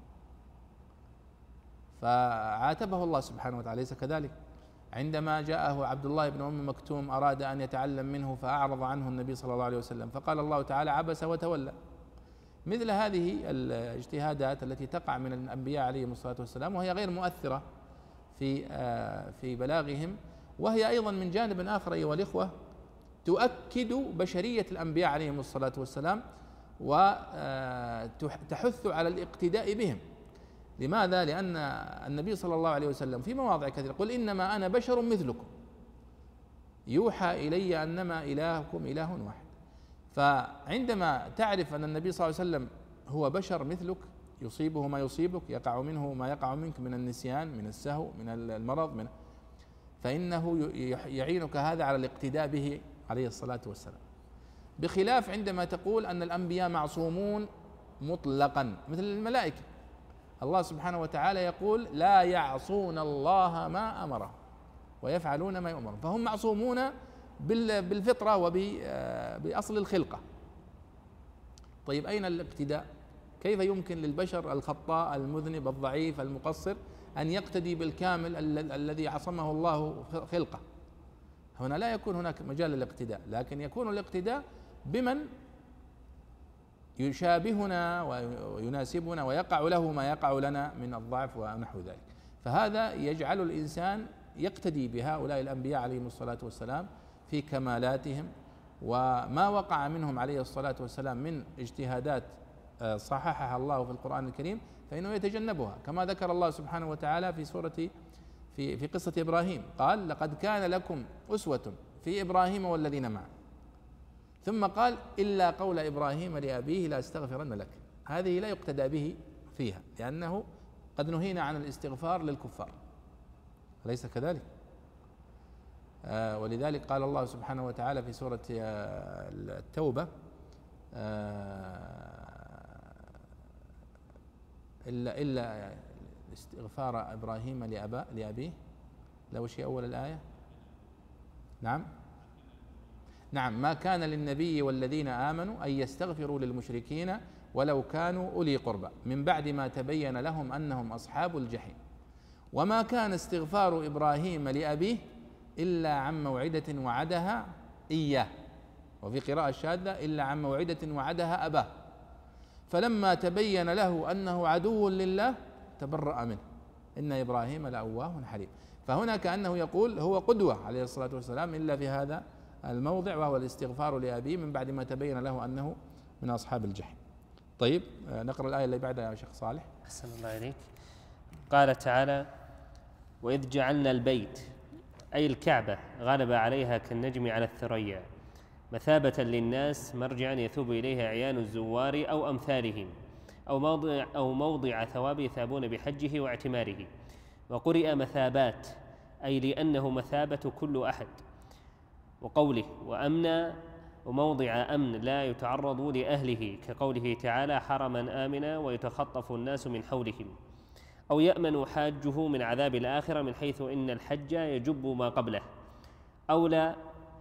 فعاتبه الله سبحانه وتعالى، ليس كذلك؟ عندما جاءه عبد الله بن أم مكتوم أراد أن يتعلم منه فأعرض عنه النبي صلى الله عليه وسلم، فقال الله تعالى عبس وتولى. مثل هذه الاجتهادات التي تقع من الأنبياء عليهم الصلاة والسلام وهي غير مؤثرة في في بلاغهم، وهي أيضا من جانب آخر أيها الإخوة تؤكد بشرية الأنبياء عليهم الصلاة والسلام وتحث على الاقتداء بهم. لماذا؟ لأن النبي صلى الله عليه وسلم في مواضع كثيرة قل إنما أنا بشر مثلكم يوحى إلي أنما إلهكم إله واحد. فعندما تعرف أن النبي صلى الله عليه وسلم هو بشر مثلك، يصيبه ما يصيبك، يقع منه ما يقع منك من النسيان، من السهو، من المرض، من فإنه يعينك هذا على الاقتداء به عليه الصلاة والسلام، بخلاف عندما تقول أن الأنبياء معصومون مطلقا مثل الملائكة. الله سبحانه وتعالى يقول لا يعصون الله ما أمره ويفعلون ما يؤمرون، فهم معصومون بالفطرة وبأصل الخلقة. طيب أين الاقتداء؟ كيف يمكن للبشر الخطاء المذنب الضعيف المقصر أن يقتدي بالكامل الذي عصمه الله خلقه؟ هنا لا يكون هناك مجال للاقتداء، لكن يكون الاقتداء بمن يشابهنا ويناسبنا ويقع له ما يقع لنا من الضعف ونحو ذلك. فهذا يجعل الإنسان يقتدي بهؤلاء الأنبياء عليهم الصلاة والسلام في كمالاتهم، وما وقع منهم عليه الصلاة والسلام من اجتهادات صححها الله في القرآن الكريم فإنه يتجنبها، كما ذكر الله سبحانه وتعالى في سورة في في قصة إبراهيم، قال لقد كان لكم أسوة في إبراهيم والذين معه، ثم قال إلا قول إبراهيم لأبيه لا أستغفرن لك. هذه لا يقتدى به فيها، لأنه قد نهينا عن الاستغفار للكفار، أليس كذلك؟ آه ولذلك قال الله سبحانه وتعالى في سورة آه التوبة آه إلا إلا استغفار إبراهيم لأبا لأبيه. لو شيء أول الآية. نعم نعم ما كان للنبي والذين آمنوا أن يستغفروا للمشركين ولو كانوا أولي قربى من بعد ما تبين لهم أنهم أصحاب الجحيم. وما كان استغفار إبراهيم لأبيه إلا عن موعدة وعدها إياه، وفي قراءة شاذة إلا عن موعدة وعدها أباه، فلما تبين له أنه عدو لله تبرأ منه إن إبراهيم لأواه حليم. فهنا كأنه يقول هو قدوة عليه الصلاة والسلام إلا في هذا الموضع، وهو الاستغفار لأبيه من بعد ما تبين له أنه من أصحاب الجحيم. طيب نقرأ الآية اللي بعدها يا شيخ صالح. أحسن الله إليك. قال تعالى: وإذ جعلنا البيت، أي الكعبة، غلب عليها كالنجم على الثريا، مثابة للناس مرجعا يثوب إليه أعيان الزوار أو أمثالهم، أو موضع, أو موضع ثواب يثابون بحجه واعتماره. وقرئ مثابات، أي لأنه مثابة كل أحد. وقوله وأمنا، وموضع أمن لا يتعرض لأهله، كقوله تعالى: حرما آمنا ويتخطف الناس من حولهم. أو يأمن حاجه من عذاب الآخرة، من حيث إن الحج يجب ما قبله. أو لا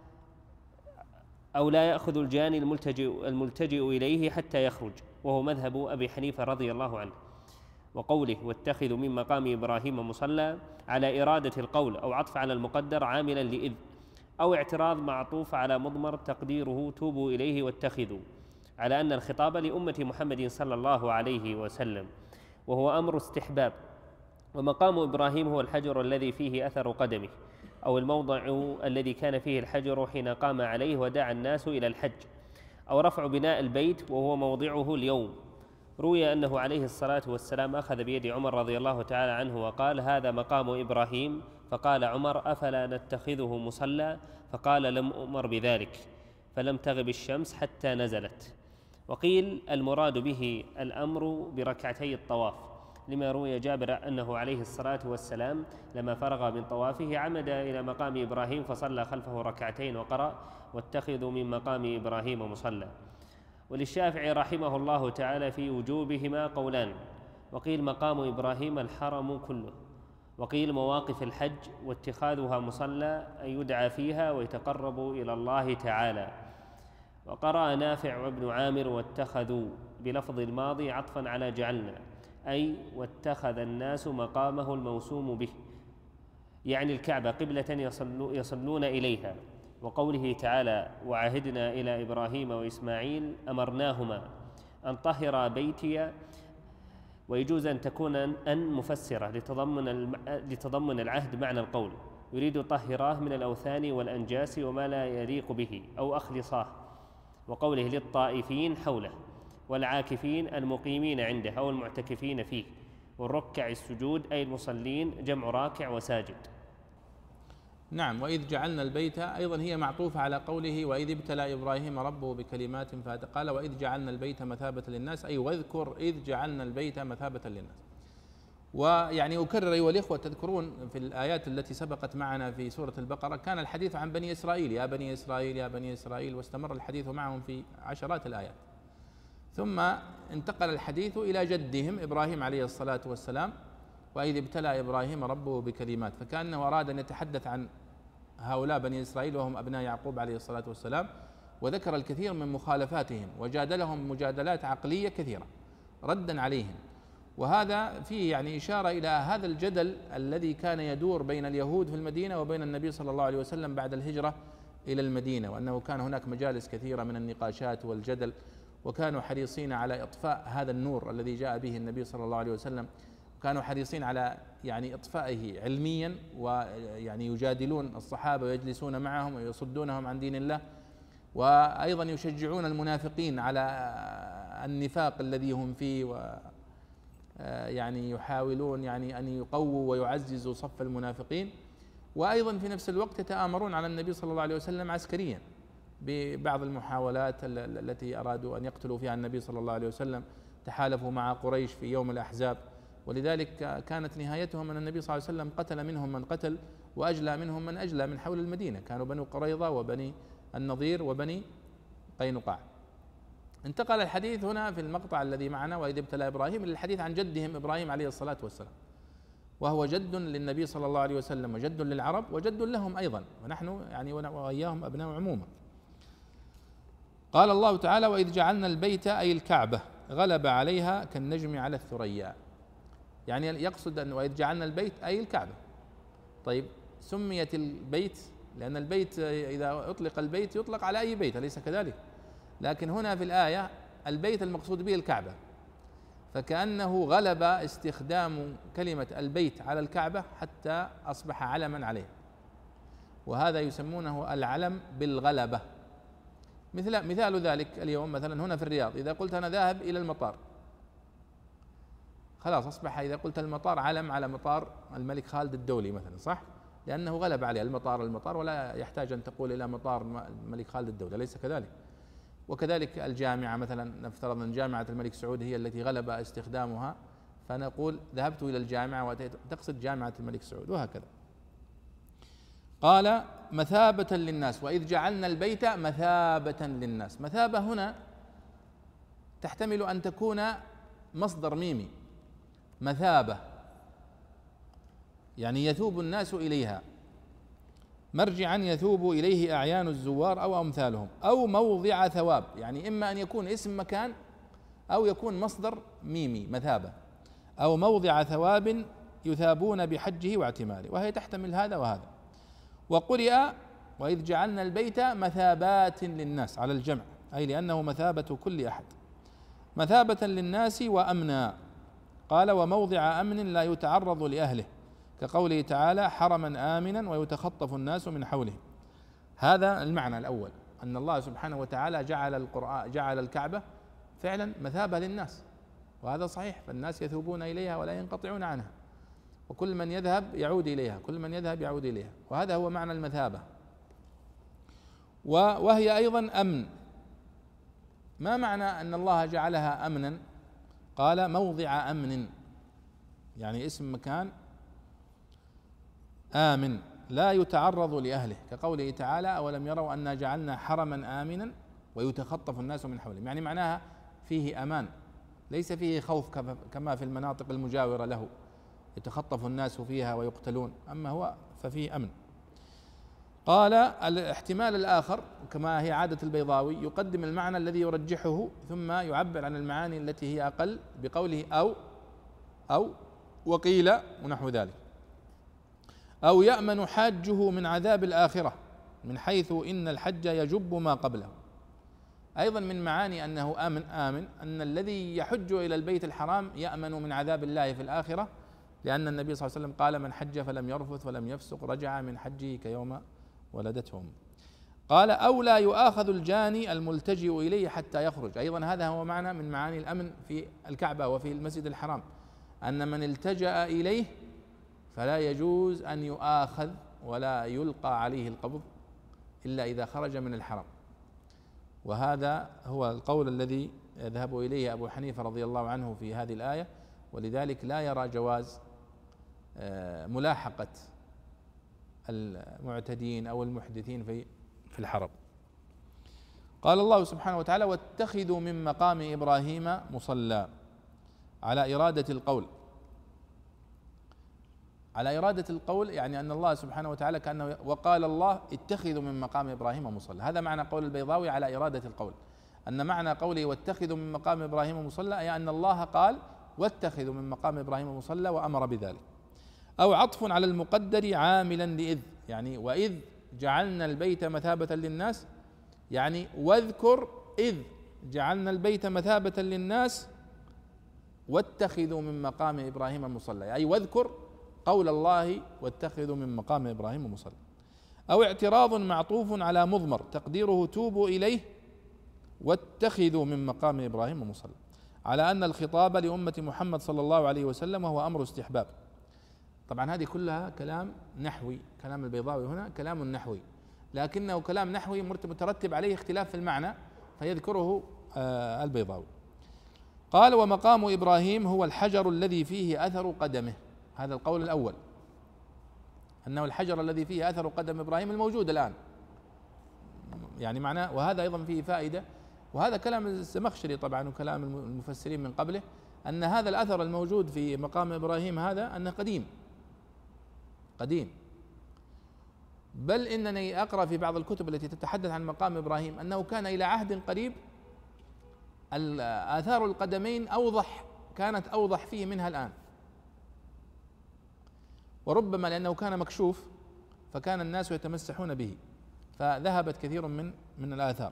أو لا يأخذ الجاني الملتجئ, الملتجئ إليه حتى يخرج، وهو مذهب أبي حنيفة رضي الله عنه. وقوله واتخذوا من مقام إبراهيم مصلى، على إرادة القول أو عطف على المقدر عاملا لإذ، أو اعتراض معطوف على مضمر تقديره توبوا إليه واتخذوا، على أن الخطاب لأمة محمد صلى الله عليه وسلم، وهو أمر استحباب. ومقام إبراهيم هو الحجر الذي فيه أثر قدمه، أو الموضع الذي كان فيه الحجر حين قام عليه ودعا الناس إلى الحج، أو رفع بناء البيت وهو موضعه اليوم. روي أنه عليه الصلاة والسلام أخذ بيد عمر رضي الله تعالى عنه وقال: هذا مقام إبراهيم. فقال عمر: أفلا نتخذه مصلى؟ فقال: لم أؤمر بذلك، فلم تغب الشمس حتى نزلت. وقيل المراد به الأمر بركعتي الطواف، لما روي جابر أنه عليه الصلاة والسلام لما فرغ من طوافه عمد إلى مقام إبراهيم فصلى خلفه ركعتين وقرأ: واتخذوا من مقام إبراهيم مصلى. وللشافعي رحمه الله تعالى في وجوبهما قولان، وقيل مقام إبراهيم الحرم كله، وقيل مواقف الحج واتخاذها مصلى أن يدعى فيها ويتقرب إلى الله تعالى. وقرأ نافع وابن عامر واتخذوا بلفظ الماضي عطفا على جعلنا، أي واتخذ الناس مقامه الموسوم به، يعني الكعبة قبلة يصلون إليها. وقوله تعالى: وعهدنا إلى إبراهيم وإسماعيل أمرناهما أن طهرا بيتي. ويجوز أن تكون أن مفسرة لتضمن, لتضمن العهد معنى القول، يريد طهراه من الأوثان والأنجاس وما لا يليق به، أو أخلصاه. وقوله للطائفين حوله، والعاكفين المقيمين عنده أو المعتكفين فيه، والركع السجود أي المصلين، جمع راكع وساجد. نعم. وإذ جعلنا البيت أيضا هي معطوفة على قوله وإذ ابتلى إبراهيم ربه بكلمات فقال وإذ جعلنا البيت مثابة للناس، أي واذكر إذ جعلنا البيت مثابة للناس. ويعني أكرر أيها الإخوة، تذكرون في الآيات التي سبقت معنا في سورة البقرة كان الحديث عن بني إسرائيل، يا بني إسرائيل يا بني إسرائيل، واستمر الحديث معهم في عشرات الآيات. ثم انتقل الحديث إلى جدهم إبراهيم عليه الصلاة والسلام، وإذ ابتلى إبراهيم ربه بكلمات، فكأنه أراد أن يتحدث عن هؤلاء بني إسرائيل وهم أبناء يعقوب عليه الصلاة والسلام، وذكر الكثير من مخالفاتهم وجادلهم مجادلات عقلية كثيرة ردا عليهم. وهذا فيه يعني إشارة إلى هذا الجدل الذي كان يدور بين اليهود في المدينة وبين النبي صلى الله عليه وسلم بعد الهجرة إلى المدينة، وأنه كان هناك مجالس كثيرة من النقاشات والجدل، وكانوا حريصين على إطفاء هذا النور الذي جاء به النبي صلى الله عليه وسلم، كانوا حريصين على يعني إطفائه علميا، ويعني يجادلون الصحابة ويجلسون معهم ويصدونهم عن دين الله، وأيضا يشجعون المنافقين على النفاق الذي هم فيه، و يعني يحاولون يعني أن يقووا ويعززوا صف المنافقين، وأيضا في نفس الوقت يتآمرون على النبي صلى الله عليه وسلم عسكريا ببعض المحاولات التي أرادوا أن يقتلوا فيها النبي صلى الله عليه وسلم. تحالفوا مع قريش في يوم الأحزاب، ولذلك كانت نهايتهم أن النبي صلى الله عليه وسلم قتل منهم من قتل وأجلى منهم من أجلى من حول المدينة، كانوا بنو قريظة وبني النضير وبني قينقاع. انتقل الحديث هنا في المقطع الذي معنا وإذ ابتلى إبراهيم للحديث عن جدهم إبراهيم عليه الصلاة والسلام، وهو جد للنبي صلى الله عليه وسلم وجد للعرب وجد لهم أيضا، ونحن يعني وإياهم أبناء عموما. قال الله تعالى وإذ جعلنا البيت أي الكعبة غلب عليها كالنجم على الثريا، يعني يقصد أن وإذ جعلنا البيت أي الكعبة. طيب سميت البيت لأن البيت إذا أطلق البيت يطلق على أي بيت، أليس كذلك؟ لكن هنا في الآية البيت المقصود به الكعبة، فكأنه غلب استخدام كلمة البيت على الكعبة حتى أصبح علما عليه، وهذا يسمونه العلم بالغلبة. مثل مثال ذلك اليوم مثلا هنا في الرياض، إذا قلت أنا ذاهب إلى المطار خلاص أصبح إذا قلت المطار علم على مطار الملك خالد الدولي مثلا، صح؟ لأنه غلب عليه المطار المطار ولا يحتاج أن تقول إلى مطار الملك خالد الدولي، أليس كذلك؟ وكذلك الجامعة مثلا، نفترض أن جامعة الملك سعود هي التي غلب استخدامها فنقول ذهبت إلى الجامعة وتقصد جامعة الملك سعود، وهكذا. قال مثابة للناس وإذ جعلنا البيت مثابة للناس. مثابة هنا تحتمل أن تكون مصدر ميمي، مثابة يعني يثوب الناس إليها، مرجعا يثوب إليه أعيان الزوار أو أمثالهم، أو موضع ثواب، يعني إما أن يكون اسم مكان أو يكون مصدر ميمي مثابة، أو موضع ثواب يثابون بحجه واعتماره، وهي تحتمل هذا وهذا. وقرئ وإذ جعلنا البيت مثابات للناس على الجمع، أي لأنه مثابة كل أحد، مثابة للناس وأمنا. قال وموضع أمن لا يتعرض لأهله، كقوله تعالى حرما آمنا ويتخطف الناس من حوله. هذا المعنى الأول، أن الله سبحانه وتعالى جعل القرآن جعل الكعبة فعلا مثابة للناس، وهذا صحيح، فالناس يثوبون إليها ولا ينقطعون عنها، وكل من يذهب يعود إليها، كل من يذهب يعود إليها، وهذا هو معنى المثابة. وهي أيضا أمن. ما معنى أن الله جعلها أمنا؟ قال موضع أمن، يعني اسم مكان آمن لا يتعرض لأهله، كقوله تعالى أولم يروا أنا جعلنا حرما آمنا ويتخطف الناس من حولهم، يعني معناها فيه أمان، ليس فيه خوف كما في المناطق المجاورة له يتخطف الناس فيها ويقتلون، أما هو ففيه أمن. قال الاحتمال الآخر كما هي عادة البيضاوي يقدم المعنى الذي يرجحه ثم يعبر عن المعاني التي هي أقل بقوله أو أو وقيل ونحو ذلك، أو يأمن حاجه من عذاب الآخرة من حيث إن الحج يجب ما قبله. أيضا من معاني أنه آمن آمن أن الذي يحج إلى البيت الحرام يأمن من عذاب الله في الآخرة، لأن النبي صلى الله عليه وسلم قال من حج فلم يرفث ولم يفسق رجع من حجه كيوم ولدته أمه. قال أو لا يؤاخذ الجاني الملتجئ إليه حتى يخرج، أيضا هذا هو معنى من معاني الأمن في الكعبة وفي المسجد الحرام، أن من التجأ إليه فلا يجوز أن يؤاخذ ولا يلقى عليه القبض إلا إذا خرج من الحرم. وهذا هو القول الذي يذهب إليه أبو حنيفة رضي الله عنه في هذه الآية، ولذلك لا يرى جواز ملاحقة المعتدين أو المحدثين في في الحرم. قال الله سبحانه وتعالى واتخذوا من مقام إبراهيم مصلى، على إرادة القول، على إرادة القول يعني أن الله سبحانه وتعالى كأنه وقال الله اتخذوا من مقام إبراهيم مصلى، هذا معنى قول البيضاوي على إرادة القول، أن معنى قوله واتخذوا من مقام إبراهيم مصلى أي أن الله قال واتخذوا من مقام إبراهيم مصلى وأمر بذلك. أو عطف على المقدر عاملا لإذ، يعني وإذ جعلنا البيت مثابة للناس، يعني واذكر إذ جعلنا البيت مثابة للناس واتخذوا من مقام إبراهيم مصلى، أي واذكر قول الله واتخذوا من مقام إبراهيم مصلى. أو اعتراض معطوف على مضمر تقديره توبوا إليه واتخذوا من مقام إبراهيم مصلى، على أن الخطاب لأمة محمد صلى الله عليه وسلم وهو أمر استحباب. طبعا هذه كلها كلام نحوي، كلام البيضاوي هنا كلام نحوي، لكنه كلام نحوي مترتب عليه اختلاف في المعنى فيذكره البيضاوي. قال ومقام إبراهيم هو الحجر الذي فيه أثر قدمه، هذا القول الأول أنه الحجر الذي فيه أثر قدم إبراهيم الموجود الآن، يعني معناه. وهذا أيضا فيه فائدة، وهذا كلام الزمخشري طبعا وكلام المفسرين من قبله، أن هذا الأثر الموجود في مقام إبراهيم هذا أنه قديم قديم، بل إنني أقرأ في بعض الكتب التي تتحدث عن مقام إبراهيم أنه كان إلى عهد قريب آثار القدمين أوضح، كانت أوضح فيه منها الآن، وربما لأنه كان مكشوف فكان الناس يتمسحون به فذهبت كثير من من الآثار.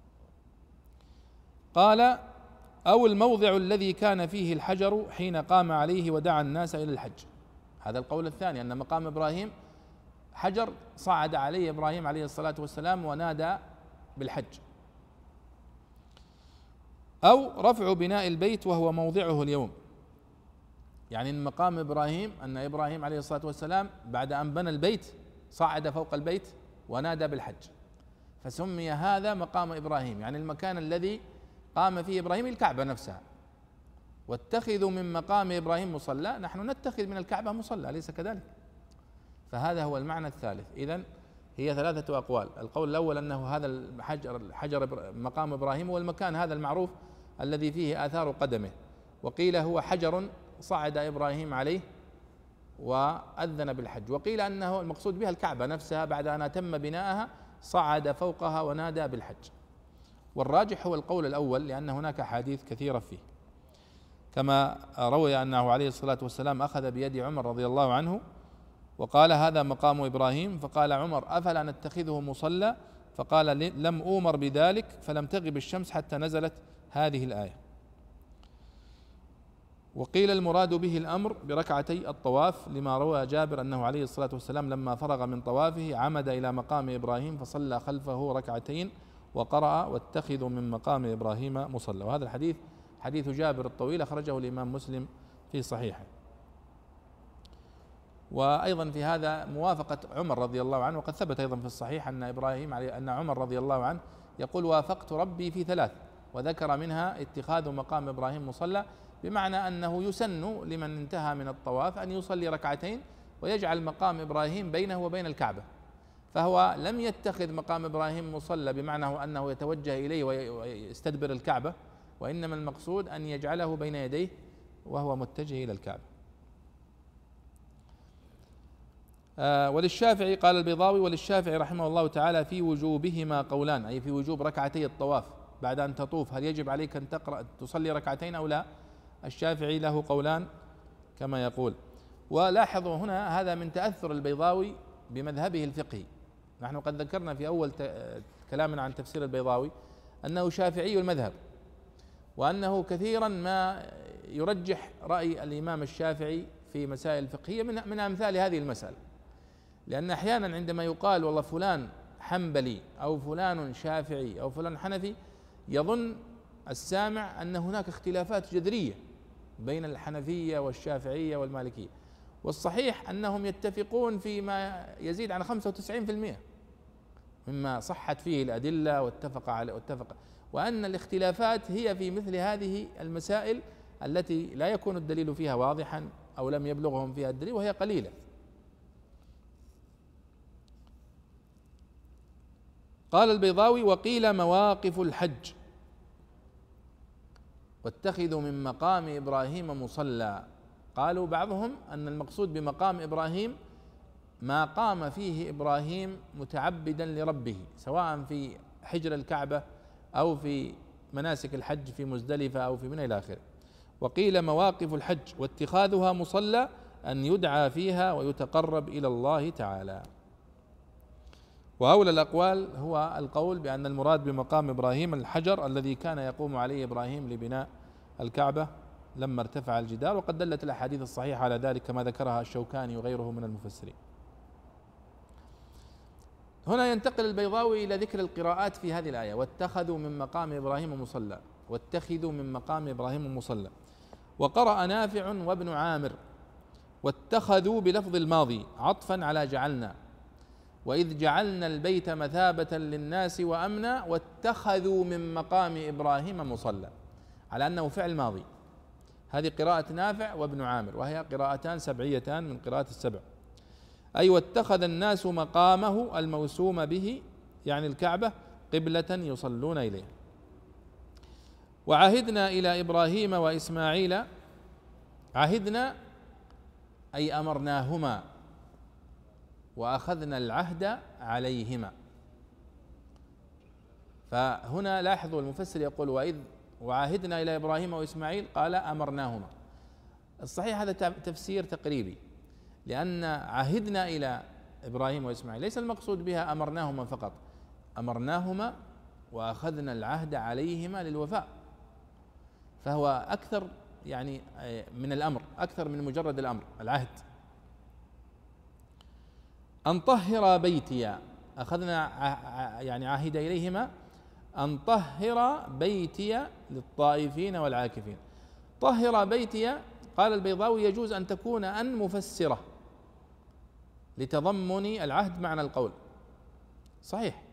قال: أو الموضع الذي كان فيه الحجر حين قام عليه ودعا الناس إلى الحج. هذا القول الثاني، أن مقام إبراهيم حجر صعد عليه إبراهيم عليه الصلاة والسلام ونادى بالحج. أو رفع بناء البيت وهو موضعه اليوم، يعني من مقام إبراهيم أن إبراهيم عليه الصلاة والسلام بعد أن بنى البيت صعد فوق البيت ونادى بالحج، فسمي هذا مقام إبراهيم، يعني المكان الذي قام فيه إبراهيم الكعبة نفسها. واتخذوا من مقام إبراهيم مصلى، نحن نتخذ من الكعبة مصلى، أليس كذلك؟ فهذا هو المعنى الثالث. إذن هي ثلاثة أقوال. القول الأول أنه هذا الحجر حجر مقام إبراهيم هو المكان هذا المعروف الذي فيه آثار قدمه، وقيل هو حجر صعد إبراهيم عليه وأذن بالحج، وقيل أنه المقصود بها الكعبة نفسها بعد أن أتم بناءها صعد فوقها ونادى بالحج. والراجح هو القول الأول، لأن هناك أحاديث كثيرة فيه، كما روي أنه عليه الصلاة والسلام أخذ بيد عمر رضي الله عنه وقال: هذا مقام إبراهيم. فقال عمر: أفلا نتخذه مصلى؟ فقال: لم أومر بذلك، فلم تغب الشمس حتى نزلت هذه الآية. وقيل المراد به الأمر بركعتي الطواف، لما روى جابر أنه عليه الصلاة والسلام لما فرغ من طوافه عمد إلى مقام إبراهيم فصلى خلفه ركعتين وقرأ: واتخذوا من مقام إبراهيم مصلى. وهذا الحديث حديث جابر الطويل أخرجه الإمام مسلم في صحيحه. وأيضا في هذا موافقة عمر رضي الله عنه، وقد ثبت أيضا في الصحيح أن إبراهيم أن عمر رضي الله عنه يقول: وافقت ربي في ثلاث، وذكر منها اتخاذ مقام إبراهيم مصلى، بمعنى أنه يسن لمن انتهى من الطواف أن يصلي ركعتين ويجعل مقام إبراهيم بينه وبين الكعبة، فهو لم يتخذ مقام إبراهيم مصلى بمعنى أنه يتوجه إليه ويستدبر الكعبة، وإنما المقصود أن يجعله بين يديه وهو متجه إلى الكعبة. آه وللشافعي قال البيضاوي: وللشافعي رحمه الله تعالى في وجوبهما قولان، أي في وجوب ركعتي الطواف بعد أن تطوف، هل يجب عليك أن تقرأ تصلي ركعتين أو لا؟ الشافعي له قولان كما يقول. ولاحظوا هنا هذا من تأثر البيضاوي بمذهبه الفقهي. نحن قد ذكرنا في أول كلامنا عن تفسير البيضاوي أنه شافعي المذهب، وأنه كثيرا ما يرجح رأي الإمام الشافعي في مسائل فقهية من من أمثال هذه المسألة، لأن أحيانا عندما يقال والله فلان حنبلي أو فلان شافعي أو فلان حنفي يظن السامع أن هناك اختلافات جذرية بين الحنفية والشافعية والمالكية، والصحيح أنهم يتفقون فيما يزيد عن خمسة وتسعين بالمئة مما صحت فيه الأدلة واتفق على واتفق وأن الاختلافات هي في مثل هذه المسائل التي لا يكون الدليل فيها واضحا أو لم يبلغهم فيها الدليل، وهي قليلة. قال البيضاوي: وقيل مواقف الحج، واتخذوا من مقام إبراهيم مصلى. قالوا بعضهم أن المقصود بمقام إبراهيم ما قام فيه إبراهيم متعبدا لربه، سواء في حجر الكعبة أو في مناسك الحج في مزدلفة أو في منى إلى آخره. وقيل مواقف الحج واتخاذها مصلى أن يدعى فيها ويتقرب إلى الله تعالى. وأولى الأقوال هو القول بأن المراد بمقام إبراهيم الحجر الذي كان يقوم عليه إبراهيم لبناء الكعبة لما ارتفع الجدار، وقد دلت الأحاديث الصحيحة على ذلك كما ذكرها الشوكاني وغيره من المفسرين. هنا ينتقل البيضاوي إلى ذكر القراءات في هذه الآية: واتخذوا من مقام إبراهيم مصلى، واتخذوا من مقام إبراهيم مصلى. وقرأ نافع وابن عامر: واتخذوا بلفظ الماضي عطفا على جعلنا، وإذ جعلنا البيت مثابة للناس وأمنا واتخذوا من مقام إبراهيم مصلى، على أنه فعل ماضي. هذه قراءة نافع وابن عامر، وهي قراءتان سبعيتان من قراءة السبع، أي واتخذ الناس مقامه الموسوم به يعني الكعبة قبلة يصلون إليه. وعهدنا إلى إبراهيم وإسماعيل، عهدنا أي أمرناهما وأخذنا العهد عليهما. فهنا لاحظوا المفسر يقول: وإذ وعاهدنا إلى إبراهيم وإسماعيل قال أمرناهما. الصحيح هذا تفسير تقريبي، لأن عاهدنا إلى إبراهيم وإسماعيل ليس المقصود بها أمرناهما فقط، أمرناهما وأخذنا العهد عليهما للوفاء، فهو أكثر يعني من الأمر، أكثر من مجرد الأمر، العهد. أن طهر بيتي، أخذنا يعني عهد إليهما أن طهر بيتي للطائفين والعاكفين. طهر بيتي، قال البيضاوي يجوز أن تكون أن مفسرة لتضمن العهد معنى القول، صحيح.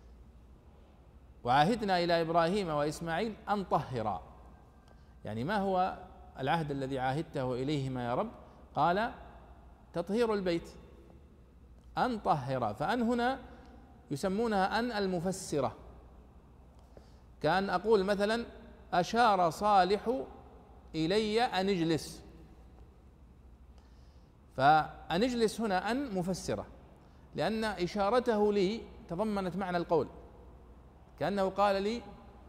وعاهدنا إلى إبراهيم وإسماعيل أن طهرا، يعني ما هو العهد الذي عاهدته إليهما يا رب؟ قال تطهير البيت، أن طهر. فأن هنا يسمونها أن المفسرة، كأن أقول مثلا أشار صالح إلي أن اجلس، فأن اجلس هنا أن مفسرة، لأن إشارته لي تضمنت معنى القول، كأنه قال لي،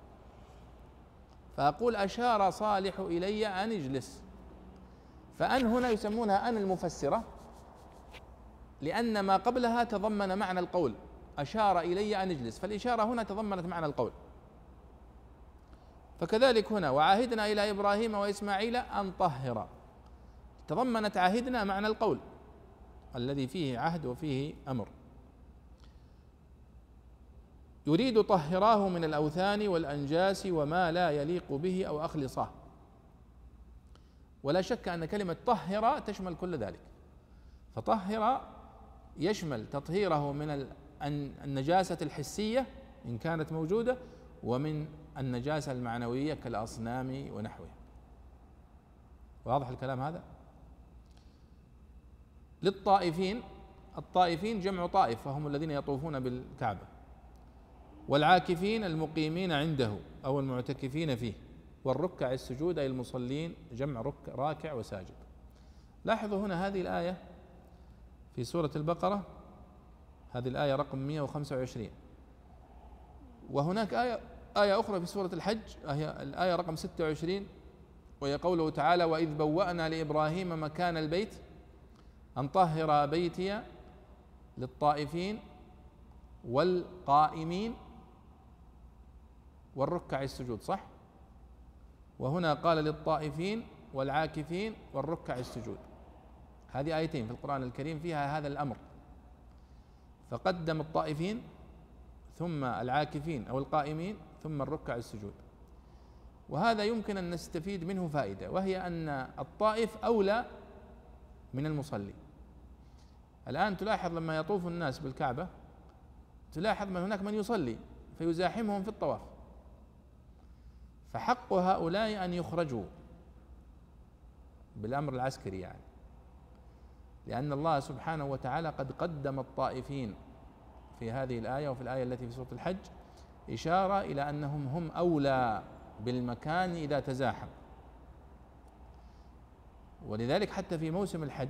فأقول أشار صالح إلي أن اجلس. فأن هنا يسمونها أن المفسرة، لأن ما قبلها تضمن معنى القول، أشار إلي أن اجلس، فالإشارة هنا تضمنت معنى القول. فكذلك هنا وعاهدنا إلى إبراهيم وإسماعيل أن طهر، تضمنت عاهدنا معنى القول الذي فيه عهد وفيه أمر. يريد طهراه من الأوثان والأنجاس وما لا يليق به أو أخلصاه. ولا شك أن كلمة طهر تشمل كل ذلك، فطهر يشمل تطهيره من النجاسة الحسية إن كانت موجودة، ومن النجاسة المعنوية كالأصنام ونحوها. واضح الكلام هذا؟ للطائفين، الطائفين جمع طائف وهم الذين يطوفون بالكعبة، والعاكفين المقيمين عنده أو المعتكفين فيه، والركع السجود أي المصلين جمع رك راكع وساجد. لاحظوا هنا هذه الآية في سورة البقرة، هذه الآية رقم مئة وخمسة وعشرين، وهناك آية آية أخرى في سورة الحج، هي الآية رقم ستة وعشرين، وهي قوله تعالى وإذ بوأنا لإبراهيم مكان البيت أن طهر بيتي للطائفين والقائمين والركع السجود، صح؟ وهنا قال للطائفين والعاكفين والركع السجود. هذه آيتين في القرآن الكريم فيها هذا الأمر، فقدم الطائفين ثم العاكفين أو القائمين ثم الركع السجود. وهذا يمكن أن نستفيد منه فائدة، وهي أن الطائف أولى من المصلي. الآن تلاحظ لما يطوف الناس بالكعبة تلاحظ من هناك من يصلي فيزاحمهم في الطواف، فحق هؤلاء أن يخرجوا بالأمر العسكري، يعني لأن الله سبحانه وتعالى قد قدم الطائفين في هذه الآية وفي الآية التي في سورة الحج إشارة إلى أنهم هم أولى بالمكان إذا تزاحم. ولذلك حتى في موسم الحج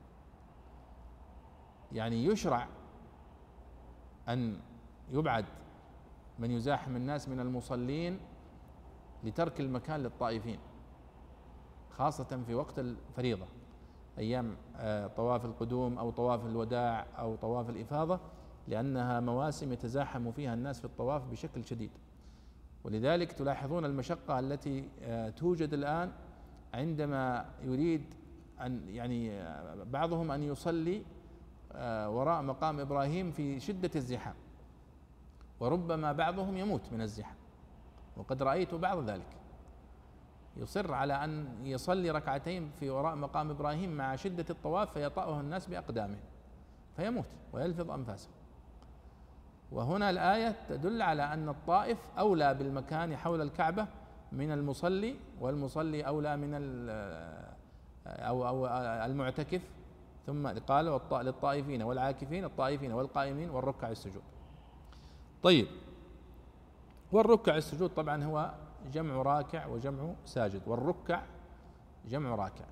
يعني يشرع أن يبعد من يزاحم الناس من المصلين لترك المكان للطائفين، خاصة في وقت الفريضة، أيام طواف القدوم أو طواف الوداع أو طواف الإفاضة، لأنها مواسم يتزاحم فيها الناس في الطواف بشكل شديد. ولذلك تلاحظون المشقة التي توجد الآن عندما يريد أن يعني بعضهم أن يصلي وراء مقام إبراهيم في شدة الزحام، وربما بعضهم يموت من الزحام، وقد رأيت بعض ذلك يصر على أن يصلي ركعتين في وراء مقام إبراهيم مع شدة الطواف فيطأه الناس بأقدامه فيموت ويلفظ أنفاسه. وهنا الآية تدل على أن الطائف أولى بالمكان حول الكعبة من المصلي، والمصلي أولى من أو أو المعتكف. ثم قال للطائفين والعاكفين، الطائفين والقائمين والركع السجود. طيب، والركع السجود طبعا هو جمع راكع وجمع ساجد، والركع جمع راكع.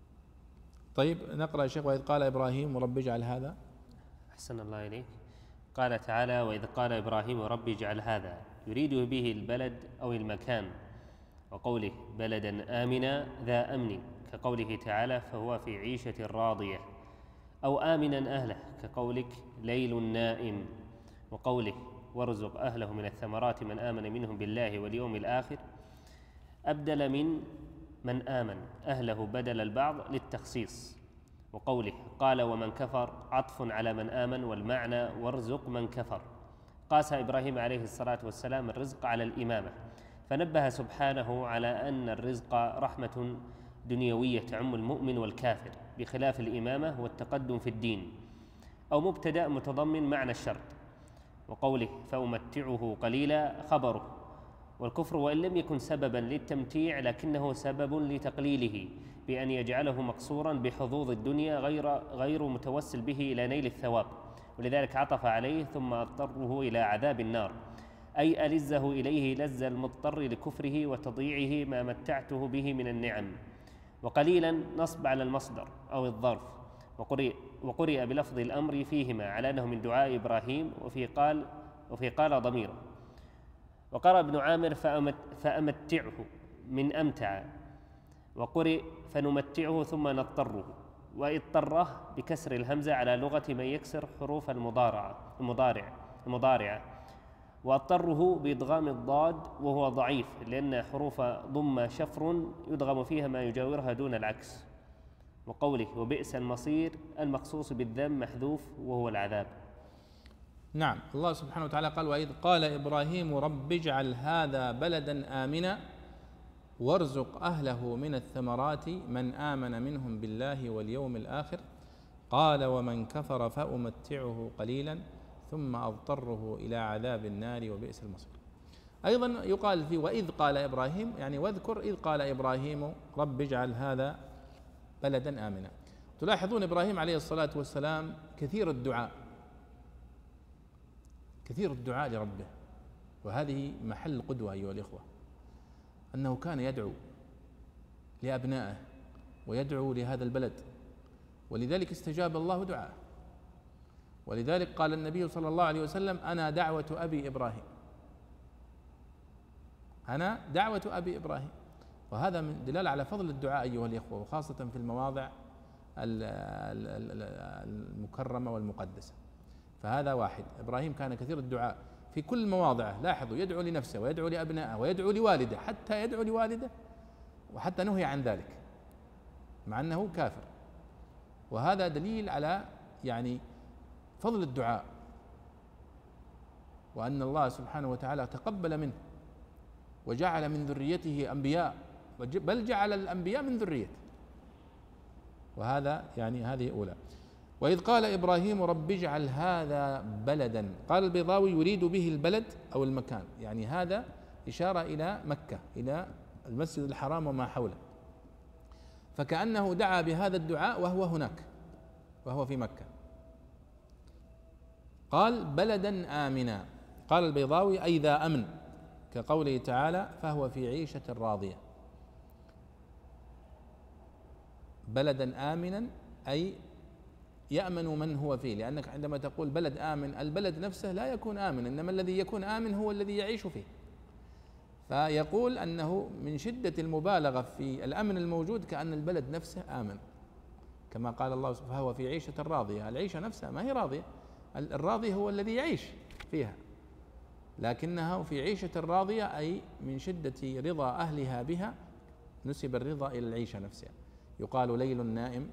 طيب نقرأ يا شيخ. وإذ قال إبراهيم رب اجعل هذا، أحسن الله إليك. قال تعالى: وإذ قال إبراهيم رب اجعل هذا، يريد به البلد أو المكان، وقوله بلدا آمنا ذا أمن، كقوله تعالى: فهو في عيشة راضية، أو آمنا أهله، كقولك ليل نائم، وقوله وارزق أهله من الثمرات من آمن منهم بالله واليوم الآخر، أبدل من من آمن أهله بدل البعض للتخصيص، وقوله قال ومن كفر عطف على من آمن، والمعنى وارزق من كفر. قاس إبراهيم عليه الصلاة والسلام الرزق على الإمامة، فنبه سبحانه على أن الرزق رحمة دنيوية تعم المؤمن والكافر، بخلاف الإمامة والتقدم في الدين، أو مبتدأ متضمن معنى الشرط. وقوله فأمتعه قليلا خبره، والكفر وإن لم يكن سببا للتمتيع لكنه سبب لتقليله، بأن يجعله مقصورا بحظوظ الدنيا غير غير متوسل به إلى نيل الثواب، ولذلك عطف عليه ثم اضطره إلى عذاب النار، أي ألزه إليه لز المضطر لكفره وتضييعه ما متعته به من النعم. وقليلا نصب على المصدر أو الظرف، وقرئ, وقرئ بلفظ الأمر فيهما على أنه من دعاء إبراهيم، وفي قال وفي قال ضميره. وقرأ ابن عامر فأمت فأمتعه من أمتع، وقرئ فنمتعه ثم نضطره، واضطره بكسر الهمزة على لغة من يكسر حروف المضارعة المضارع المضارعة واضطره بإدغام الضاد وهو ضعيف، لأن حروف ضم شفر يدغم فيها ما يجاورها دون العكس. وقوله وبئس المصير المخصوص بالذم محذوف وهو العذاب. نعم، الله سبحانه وتعالى قال وإذ قال إبراهيم رب اجعل هذا بلدا آمنا وارزق أهله من الثمرات من آمن منهم بالله واليوم الآخر قال ومن كفر فأمتعه قليلا ثم أضطره إلى عذاب النار وبئس المصير. أيضا يقال في وإذ قال إبراهيم، يعني واذكر إذ قال إبراهيم رب اجعل هذا بلدا آمنا. تلاحظون إبراهيم عليه الصلاة والسلام كثير الدعاء كثير الدعاء لربه، وهذه محل قدوة أيها الإخوة، أنه كان يدعو لأبنائه ويدعو لهذا البلد، ولذلك استجاب الله دعاءه. ولذلك قال النبي صلى الله عليه وسلم أنا دعوة أبي إبراهيم، أنا دعوة أبي إبراهيم. وهذا من دلالة على فضل الدعاء أيها الإخوة، وخاصة في المواضع المكرمة والمقدسة. فهذا واحد، إبراهيم كان كثير الدعاء في كل مواضعه، لاحظوا يدعو لنفسه ويدعو لأبنائه ويدعو لوالده، حتى يدعو لوالده، وحتى نهي عن ذلك مع أنه كافر. وهذا دليل على يعني فضل الدعاء، وأن الله سبحانه وتعالى تقبل منه وجعل من ذريته أنبياء، بل جعل الأنبياء من ذريته، وهذا يعني هذه أولى. وإذ قال إبراهيم رب اجعل هذا بلدا، قال البيضاوي يريد به البلد أو المكان، يعني هذا إشارة إلى مكة، إلى المسجد الحرام وما حوله، فكأنه دعا بهذا الدعاء وهو هناك، وهو في مكة. قال بلدا آمنا، قال البيضاوي أي ذا أمن، كقوله تعالى فهو في عيشة راضية. بلدا آمنا أي يأمن من هو فيه، لأنك عندما تقول بلد آمن، البلد نفسه لا يكون آمن، إنما الذي يكون آمن هو الذي يعيش فيه. فيقول أنه من شدة المبالغة في الأمن الموجود كأن البلد نفسه آمن، كما قال الله سبحانه فهو في عيشة راضية. العيشة نفسها ما هي راضية، الراضي هو الذي يعيش فيها، لكنها في عيشة راضية أي من شدة رضا أهلها بها نسب الرضا إلى العيشة نفسها. يقال ليل نائم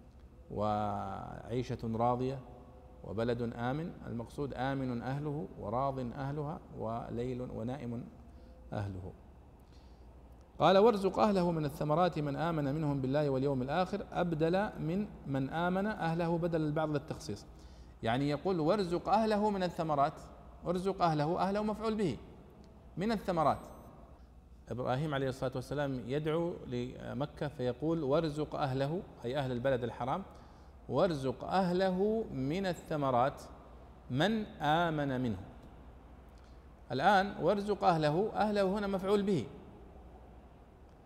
وعيشة راضية وبلد آمن، المقصود آمن أهله وراض أهلها وليل ونائم أهله. قال وارزق أهله من الثمرات من آمن منهم بالله واليوم الآخر، أبدل من من آمن أهله بدل البعض للتخصيص، يعني يقول وارزق أهله من الثمرات، ارزق أهله، أهله مفعول به من الثمرات. إبراهيم عليه الصلاة والسلام يدعو لمكة فيقول وارزق أهله أي أهل البلد الحرام، وارزق أهله من الثمرات من آمن منه. الآن وارزق أهله، أهله هنا مفعول به،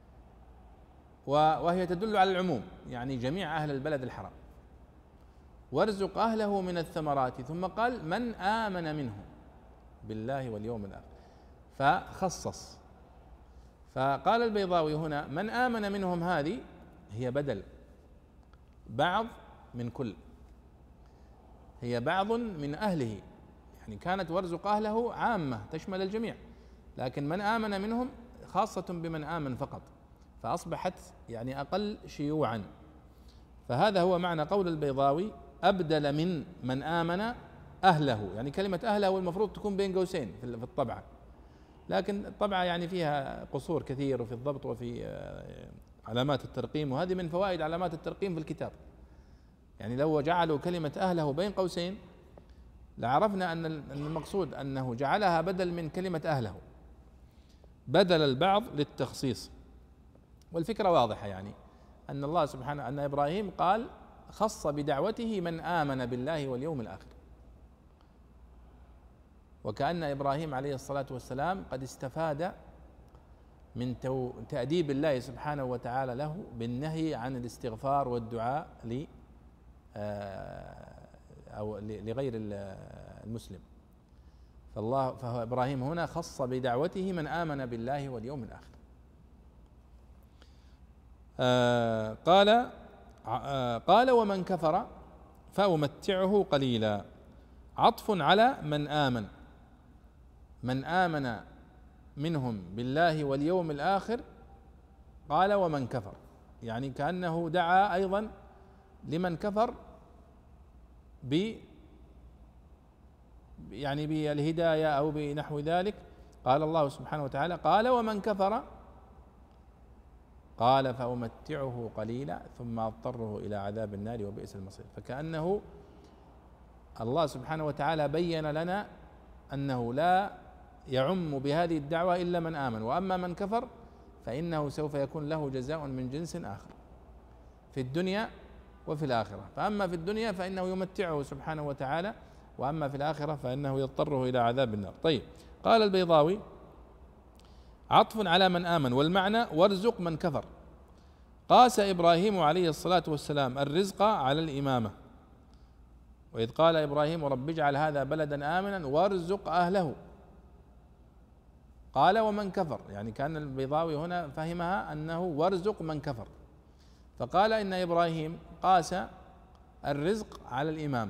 وهي تدل على العموم، يعني جميع أهل البلد الحرام. وارزق أهله من الثمرات، ثم قال من آمن منهم بالله واليوم الآخر، فخصص. فقال البيضاوي هنا من آمن منهم هذه هي بدل بعض من كل، هي بعض من أهله، يعني كانت وارزق أهله عامة تشمل الجميع، لكن من آمن منهم خاصة بمن آمن فقط، فأصبحت يعني أقل شيوعا. فهذا هو معنى قول البيضاوي أبدل من من آمن أهله، يعني كلمة أهله المفروض تكون بين قوسين في الطبعة، لكن الطبعة يعني فيها قصور كثير وفي الضبط وفي علامات الترقيم، وهذه من فوائد علامات الترقيم في الكتاب. يعني لو جعلوا كلمة أهله بين قوسين لعرفنا أن المقصود أنه جعلها بدل من كلمة أهله، بدل البعض للتخصيص. والفكرة واضحة، يعني أن الله سبحانه أن إبراهيم قال خص بدعوته من آمن بالله واليوم الآخر، وكأن إبراهيم عليه الصلاة والسلام قد استفاد من تأديب الله سبحانه وتعالى له بالنهي عن الاستغفار والدعاء ل أو لغير المسلم. فالله فهو إبراهيم هنا خص بدعوته من آمن بالله واليوم الآخر. آه قال آه قال ومن كفر فأمتعه قليلا، عطف على من آمن، من آمن منهم بالله واليوم الآخر قال ومن كفر، يعني كأنه دعا أيضا لمن كفر ب يعني بالهداية أو بنحو ذلك. قال الله سبحانه وتعالى قال ومن كفر قال فأمتعه قليلا ثم أضطره إلى عذاب النار وبئس المصير. فكأنه الله سبحانه وتعالى بين لنا أنه لا يعم بهذه الدعوة إلا من آمن، وأما من كفر فإنه سوف يكون له جزاء من جنس آخر في الدنيا وفي الآخرة. فأما في الدنيا فإنه يمتعه سبحانه وتعالى، وأما في الآخرة فإنه يضطره إلى عذاب النار. طيب، قال البيضاوي عطف على من آمن، والمعنى وارزق من كفر. قاس إبراهيم عليه الصلاة والسلام الرزق على الإمامة، وإذ قال إبراهيم رب اجعل هذا بلدا آمنا وارزق أهله، قال ومن كفر، يعني كان البيضاوي هنا فهمها أنه وارزق من كفر، فقال إن إبراهيم قاس الرزق على الإمامة،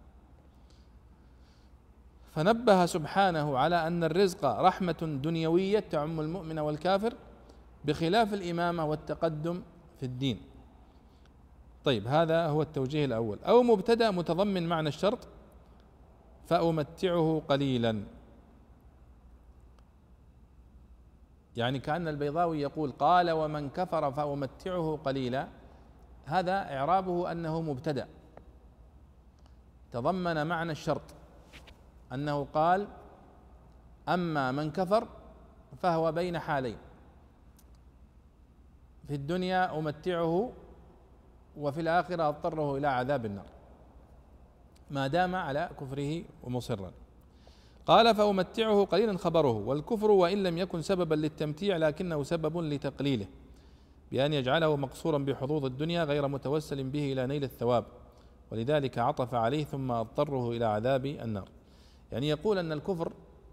فنبه سبحانه على أن الرزق رحمة دنيوية تعم المؤمن والكافر بخلاف الإمامة والتقدم في الدين. طيب، هذا هو التوجيه الأول. أو مبتدأ متضمن معنى الشرط فأمتعه قليلا، يعني كأن البيضاوي يقول قال ومن كفر فأمتعه قليلا، هذا إعرابه أنه مبتدأ تضمن معنى الشرط، أنه قال أما من كفر فهو بين حالين، في الدنيا أمتعه وفي الآخرة أضطره إلى عذاب النار ما دام على كفره ومصرا. قال فأمتعه قليلا خبره، والكفر وإن لم يكن سببا للتمتيع لكنه سبب لتقليله بأن يجعله مقصورا بحظوظ الدنيا غير متوسل به إلى نيل الثواب، ولذلك عطف عليه ثم أضطره إلى عذاب النار. يعني يقول أن الكفر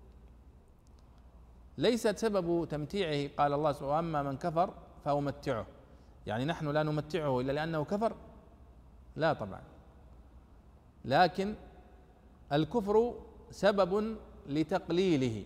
ليست سبب تمتيعه، قال الله سبحانه وأما من كفر فأمتعه، يعني نحن لا نمتعه إلا لأنه كفر؟ لا طبعا، لكن الكفر سبب لتقليله،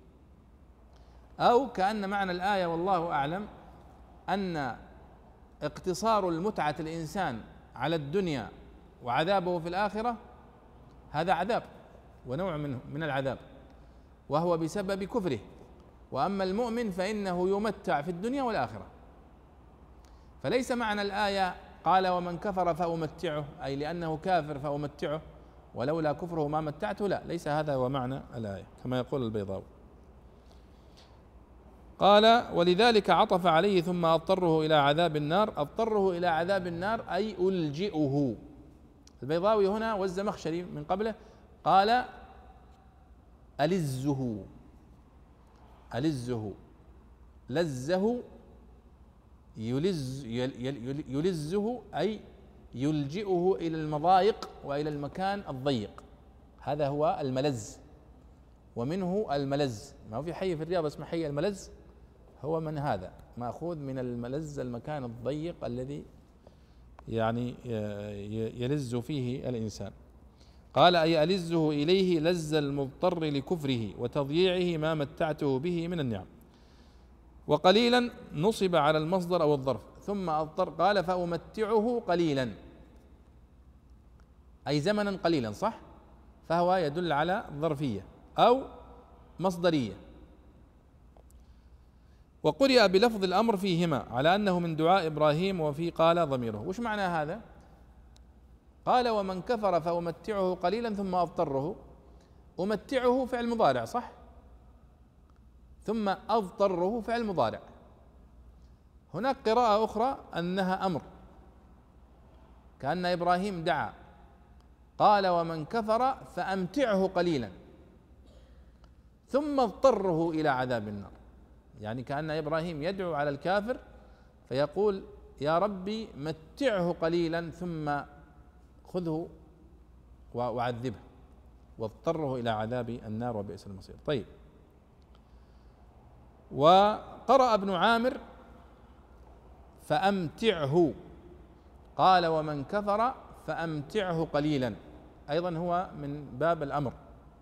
أو كأن معنى الآية والله أعلم أن اقتصار المتعة الإنسان على الدنيا وعذابه في الآخرة هذا عذاب ونوع منه من العذاب، وهو بسبب كفره. وأما المؤمن فإنه يمتع في الدنيا والآخرة. فليس معنى الآية قال ومن كفر فأمتعه أي لأنه كافر فأمتعه ولولا كفره ما متعته، لا، ليس هذا هو معنى الآية كما يقول البيضاوي. قال ولذلك عطف عليه ثم أضطره إلى عذاب النار. أضطره إلى عذاب النار أي ألجئه. البيضاوي هنا والزمخشري من قبله قال ألزه، ألزه لزه يلز يلزه أي يلجئه إلى المضايق وإلى المكان الضيق، هذا هو الملز، ومنه الملز. ما هو في حي في الرياض اسمه حي الملز، هو من هذا مأخوذ من الملز، المكان الضيق الذي يعني يلز فيه الإنسان. قال أي ألزه إليه لز المضطر لكفره وتضييعه ما متعته به من النعم. وقليلا نصب على المصدر أو الظرف، ثم أضطر قال فأمتعه قليلا أي زمنا قليلا، صح؟ فهو يدل على ظرفية أو مصدرية. وقرئ بلفظ الأمر فيهما على أنه من دعاء إبراهيم، وفي قال ضميره. وش معنى هذا؟ قال ومن كفر فأمتعه قليلا ثم أضطره، أمتعه فعل مضارع صح، ثم أضطره فعل مضارع. هناك قراءة أخرى أنها أمر، كأن إبراهيم دعا قال ومن كفر فأمتعه قليلا ثم اضطره إلى عذاب النار، يعني كأن إبراهيم يدعو على الكافر فيقول يا ربي متعه قليلا ثم خذه وعذبه واضطره إلى عذاب النار وبئس المصير. طيب، وقرأ ابن عامر فأمتعه، قال ومن كفر فأمتعه قليلا، أيضا هو من باب الأمر.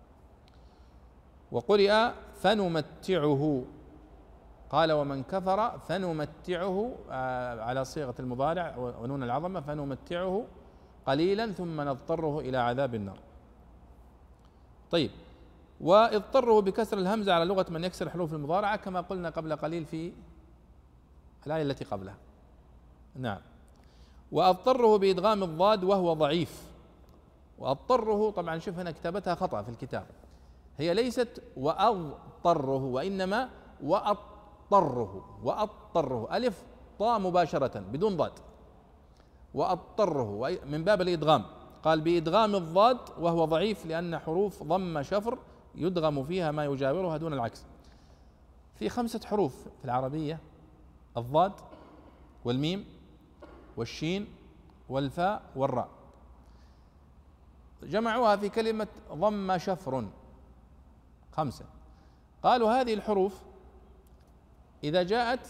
وقرئ فنمتعه، قال ومن كفر فنمتعه على صيغة المضارع ونون العظمة، فنمتعه قليلا ثم نضطره إلى عذاب النار. طيب، واضطره بكسر الهمزة على لغة من يكسر حروف المضارعة كما قلنا قبل قليل في الآية التي قبلها. نعم. وأضطره بإدغام الضاد وهو ضعيف. وأضطره طبعا شوف هنا كتابتها خطأ في الكتاب، هي ليست وأضطره وإنما وأضطره، وأضطره ألف طاء مباشرة بدون ضاد، وأضطره من باب الإدغام. قال بإدغام الضاد وهو ضعيف لأن حروف ضم شفر يدغم فيها ما يجاورها دون العكس. في خمسة حروف في العربية: الضاد والميم والشين والفاء والراء، جمعوها في كلمة ضم شفر، خمسة. قالوا هذه الحروف إذا جاءت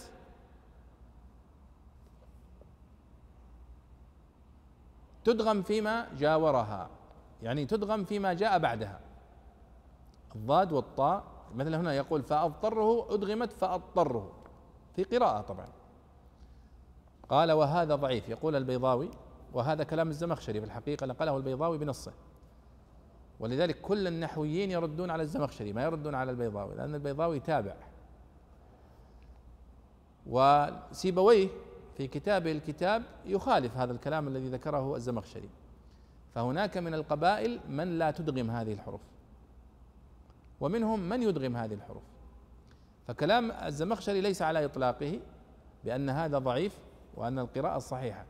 تدغم فيما جاورها، يعني تدغم فيما جاء بعدها، الضاد والطاء. مثل هنا يقول فأضطره أدغمت فأضطره في قراءة طبعا. قال وهذا ضعيف، يقول البيضاوي، وهذا كلام الزمخشري في الحقيقة نقله البيضاوي بنصه، ولذلك كل النحويين يردون على الزمخشري ما يردون على البيضاوي، لأن البيضاوي تابع. وسيبويه في كتابه الكتاب يخالف هذا الكلام الذي ذكره الزمخشري، فهناك من القبائل من لا تدغم هذه الحروف، ومنهم من يدغم هذه الحروف. فكلام الزمخشري ليس على إطلاقه بأن هذا ضعيف وأن القراءة صحيحة.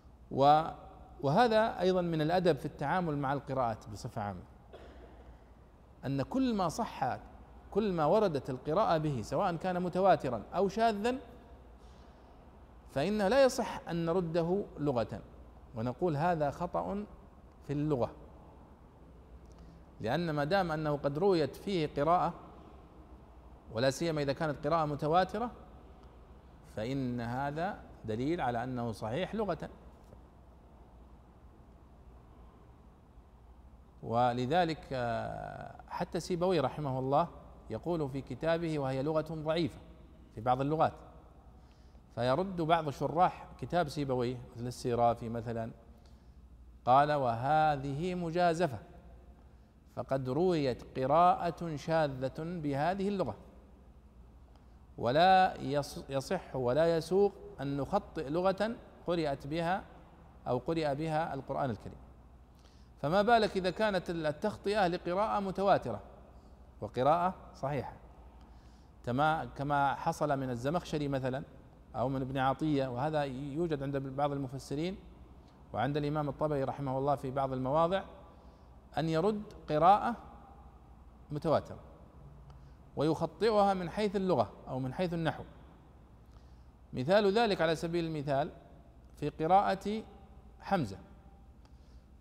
وهذا أيضا من الأدب في التعامل مع القراءات بصفة عامة، أن كل ما صح، كل ما وردت القراءة به سواء كان متواترا أو شاذا فإنه لا يصح أن نرده لغة ونقول هذا خطأ في اللغة، لأن ما دام أنه قد رويت فيه قراءة، ولا سيما إذا كانت قراءة متواترة، فإن هذا دليل على أنه صحيح لغة. ولذلك حتى سيبوي رحمه الله يقول في كتابه وهي لغة ضعيفة في بعض اللغات، فيرد بعض شراح كتاب سيبويه مثل السيرافي مثلا، قال وهذه مجازفة، فقد رويت قراءة شاذة بهذه اللغة، ولا يصح ولا يسوق أن نخطئ لغة قرأت بها أو قرئ بها القرآن الكريم. فما بالك إذا كانت التخطئة لقراءة متواترة وقراءة صحيحة، كما حصل من الزمخشري مثلا أو من ابن عطية، وهذا يوجد عند بعض المفسرين وعند الإمام الطبري رحمه الله في بعض المواضع، أن يرد قراءة متواترة ويخطئها من حيث اللغة أو من حيث النحو. مثال ذلك على سبيل المثال في قراءة حمزة،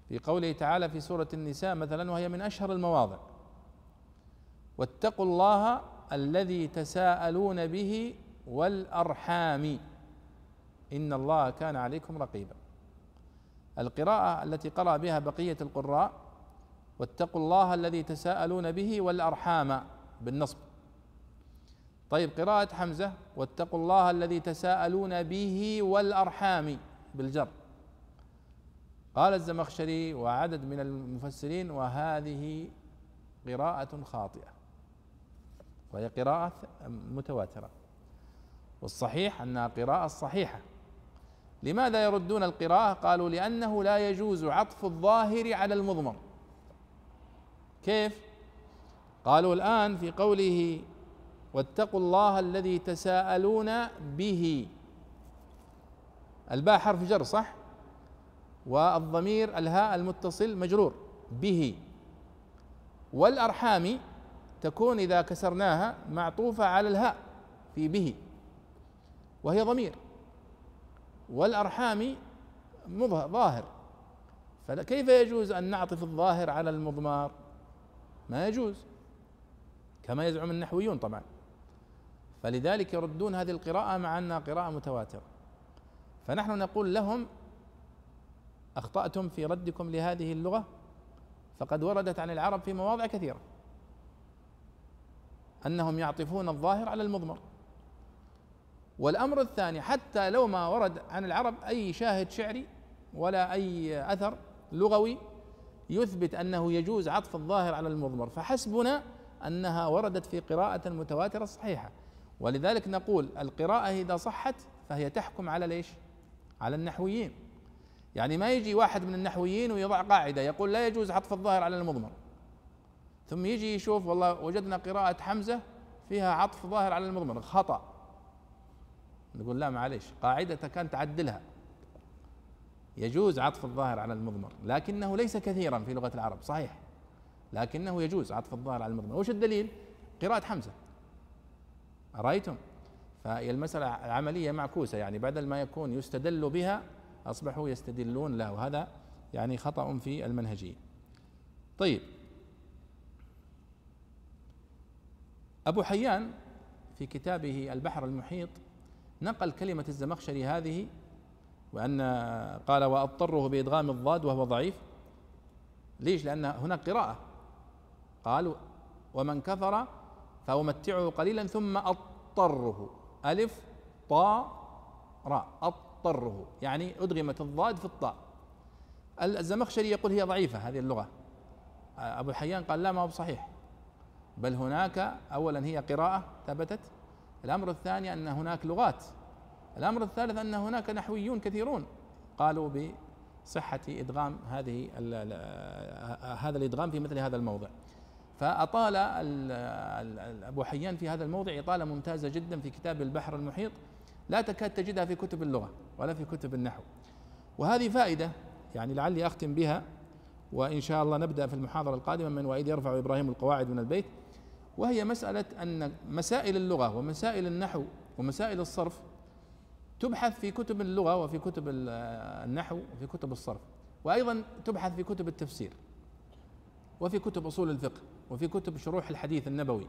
في قوله تعالى في سورة النساء مثلا، وهي من أشهر المواضع: واتقوا الله الذي تساءلون به والأرحام إن الله كان عليكم رقيبا. القراءة التي قرأ بها بقية القراء: واتقوا الله الذي تساءلون به والأرحام بالنصب. طيب قراءة حمزة: واتقوا الله الذي تساءلون به والأرحام بالجر. قال الزمخشري وعدد من المفسرين: وهذه قراءة خاطئة، وهي قراءة متواترة، والصحيح أنها قراءة صحيحة. لماذا يردون القراءة؟ قالوا: لأنه لا يجوز عطف الظاهر على المضمر. كيف؟ قالوا الآن في قوله واتقوا الله الذي تساءلون به، الباء حرف جر صح، والضمير الهاء المتصل مجرور به، والأرحام تكون إذا كسرناها معطوفة على الهاء في به وهي ضمير، والأرحام ظاهر، فكيف يجوز أن نعطف الظاهر على المضمار؟ ما يجوز، كما يزعم النحويون طبعا. فلذلك يردون هذه القراءة مع أنها قراءة متواترة. فنحن نقول لهم: أخطأتم في ردكم لهذه اللغة، فقد وردت عن العرب في مواضع كثيرة أنهم يعطفون الظاهر على المضمر. والأمر الثاني: حتى لو ما ورد عن العرب أي شاهد شعري ولا أي أثر لغوي يثبت أنه يجوز عطف الظاهر على المضمر، فحسبنا أنها وردت في قراءة متواترة صحيحة. ولذلك نقول القراءة إذا صحت فهي تحكم على ليش؟ على النحويين. يعني ما يجي واحد من النحويين ويضع قاعدة يقول لا يجوز عطف الظاهر على المضمر، ثم يجي يشوف والله وجدنا قراءة حمزة فيها عطف ظاهر على المضمر، خطأ. نقول لا معلش، قاعدتك أنت عدلها، يجوز عطف الظاهر على المضمر، لكنه ليس كثيرا في لغة العرب صحيح، لكنه يجوز عطف الظاهر على المضمر. وش الدليل؟ قراءة حمزة. أرأيتم؟ فالمسألة عملية معكوسة، يعني بدل ما يكون يستدل بها أصبحوا يستدلون له، هذا يعني خطأ في المنهجية. طيب، أبو حيان في كتابه البحر المحيط نقل كلمة الزمخشري هذه، وأن قال وأضطره بإدغام الضاد وهو ضعيف. ليش؟ لأن هناك قراءة قالوا ومن كفر فأمتعه قليلا ثم أضطره، ألف طاء راء، أضطره يعني أدغمت الضاد في الطاء. الزمخشري يقول هي ضعيفة هذه اللغة. أبو حيان قال لا، ما هو صحيح، بل هناك أولا هي قراءة ثبتت، الأمر الثاني أن هناك لغات، الأمر الثالث أن هناك نحويون كثيرون قالوا بصحة إدغام هذه هذا الإدغام في مثل هذا الموضع. فأطال أبو حيان في هذا الموضع إطالة ممتازة جدا في كتاب البحر المحيط، لا تكاد تجدها في كتب اللغة ولا في كتب النحو. وهذه فائدة يعني لعلي أختم بها، وإن شاء الله نبدأ في المحاضرة القادمة من وإذ يرفع إبراهيم القواعد من البيت، وهي مسألة أن مسائل اللغة ومسائل النحو ومسائل الصرف تبحث في كتب اللغة وفي كتب النحو وفي كتب الصرف، وأيضا تبحث في كتب التفسير وفي كتب أصول الفقه وفي كتب شروح الحديث النبوي.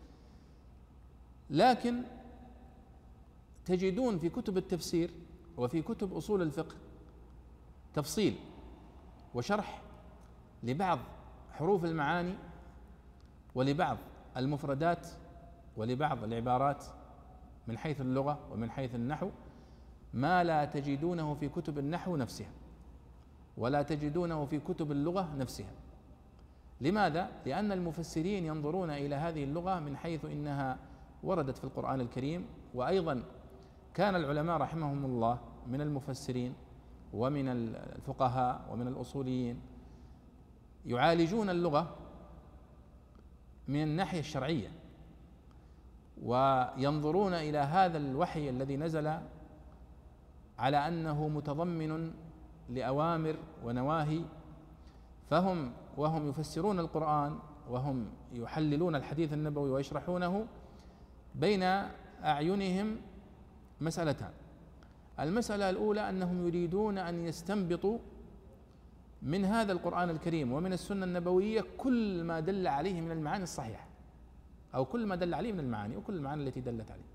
لكن تجدون في كتب التفسير وفي كتب أصول الفقه تفصيل وشرح لبعض حروف المعاني ولبعض المفردات ولبعض العبارات من حيث اللغة ومن حيث النحو، ما لا تجدونه في كتب النحو نفسها ولا تجدونه في كتب اللغة نفسها. لماذا؟ لأن المفسرين ينظرون إلى هذه اللغة من حيث إنها وردت في القرآن الكريم، وأيضا كان العلماء رحمهم الله من المفسرين ومن الفقهاء ومن الأصوليين يعالجون اللغة من الناحية الشرعية، وينظرون إلى هذا الوحي الذي نزل على أنه متضمن لأوامر ونواهي، فهم وهم يفسرون القرآن وهم يحللون الحديث النبوي ويشرحونه بين أعينهم مسألتان. المسألة الأولى أنهم يريدون أن يستنبطوا من هذا القرآن الكريم ومن السنة النبوية كل ما دل عليه من المعاني الصحيحة، أو كل ما دل عليه من المعاني وكل المعاني التي دلت عليه.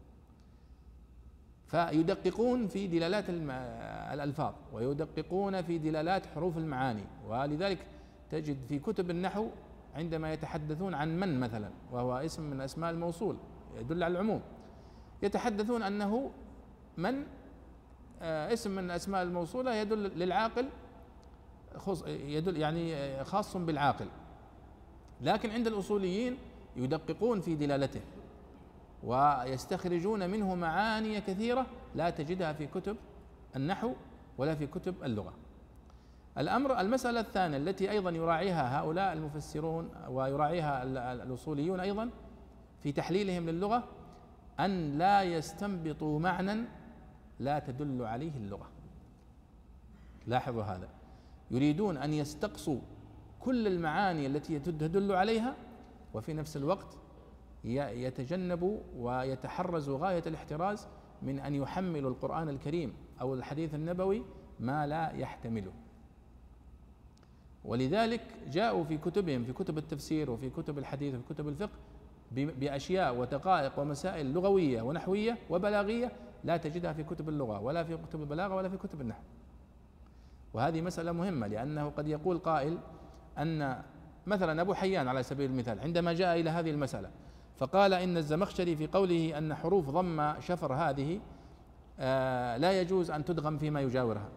فيدققون في دلالات الألفاظ ويدققون في دلالات حروف المعاني. ولذلك تجد في كتب النحو عندما يتحدثون عن من مثلا، وهو اسم من أسماء الموصول يدل على العموم، يتحدثون أنه من اسم من الأسماء الموصولة يدل للعاقل، يدل يعني خاص بالعاقل. لكن عند الأصوليين يدققون في دلالته ويستخرجون منه معاني كثيرة لا تجدها في كتب النحو ولا في كتب اللغة. الأمر المسألة الثانية التي أيضا يراعيها هؤلاء المفسرون ويراعيها الأصوليون أيضا في تحليلهم للغة، أن لا يستنبطوا معنى لا تدل عليه اللغة. لاحظوا هذا، يريدون أن يستقصوا كل المعاني التي تدل عليها، وفي نفس الوقت يتجنبوا ويتحرزوا غاية الاحتراز من أن يحملوا القرآن الكريم أو الحديث النبوي ما لا يحتمله. ولذلك جاءوا في كتبهم، في كتب التفسير وفي كتب الحديث وفي كتب الفقه، بأشياء ودقائق ومسائل لغوية ونحوية وبلاغية لا تجدها في كتب اللغة ولا في كتب البلاغة ولا في كتب النحو. وهذه مسألة مهمة، لأنه قد يقول قائل أن مثلا أبو حيان على سبيل المثال عندما جاء إلى هذه المسألة فقال إن الزمخشري في قوله أن حروف ضم شفر هذه آه لا يجوز أن تدغم فيما يجاورها،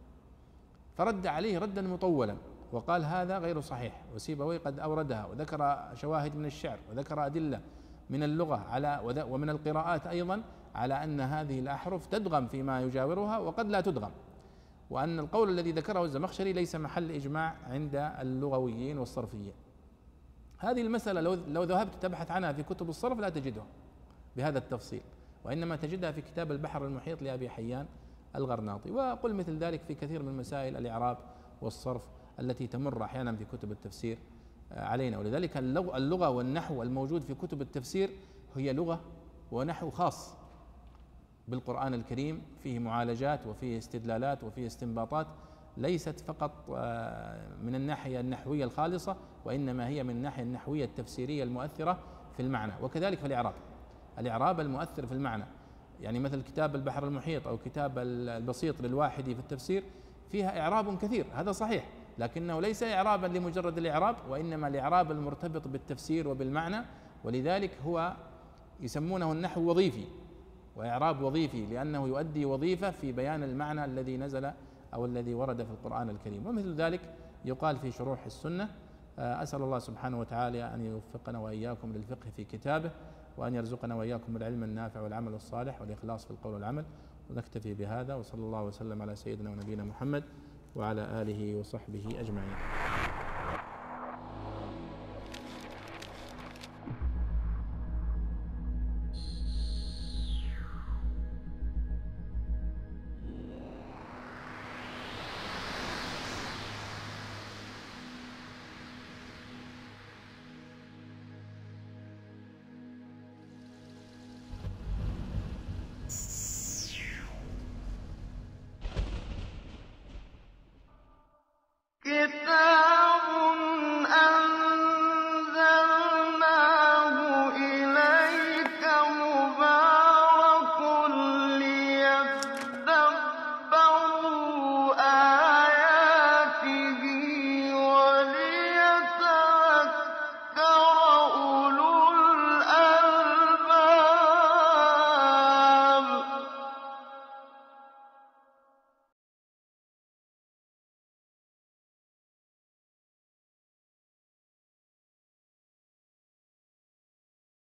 فرد عليه ردا مطولا وقال هذا غير صحيح. وسيبويه قد أوردها وذكر شواهد من الشعر وذكر أدلة من اللغة على ومن القراءات أيضا على أن هذه الأحرف تدغم فيما يجاورها وقد لا تدغم، وأن القول الذي ذكره الزمخشري ليس محل إجماع عند اللغويين والصرفيين. هذه المسألة لو لو ذهبت تبحث عنها في كتب الصرف لا تجدها بهذا التفصيل، وإنما تجدها في كتاب البحر المحيط لأبي حيان الغرناطي. وقل مثل ذلك في كثير من مسائل الإعراب والصرف التي تمر أحيانا في كتب التفسير علينا. ولذلك اللغة والنحو الموجود في كتب التفسير هي لغة ونحو خاص بالقرآن الكريم، فيه معالجات وفيه استدلالات وفيه استنباطات، ليست فقط من الناحية النحوية الخالصة، وإنما هي من الناحية النحوية التفسيرية المؤثرة في المعنى. وكذلك في الإعراب، الإعراب المؤثر في المعنى، يعني مثل كتاب البحر المحيط أو كتاب البسيط للواحدي في التفسير فيها إعراب كثير، هذا صحيح، لكنه ليس إعرابا لمجرد الإعراب، وإنما الإعراب المرتبط بالتفسير وبالمعنى. ولذلك هو يسمونه النحو وظيفي وإعراب وظيفي، لأنه يؤدي وظيفة في بيان المعنى الذي نزل أو الذي ورد في القرآن الكريم. ومثل ذلك يقال في شروح السنة. أسأل الله سبحانه وتعالى أن يوفقنا وإياكم للفقه في كتابه، وأن يرزقنا وإياكم العلم النافع والعمل الصالح والإخلاص في القول والعمل. ونكتفي بهذا، وصلى الله وسلم على سيدنا ونبينا محمد وعلى آله وصحبه أجمعين.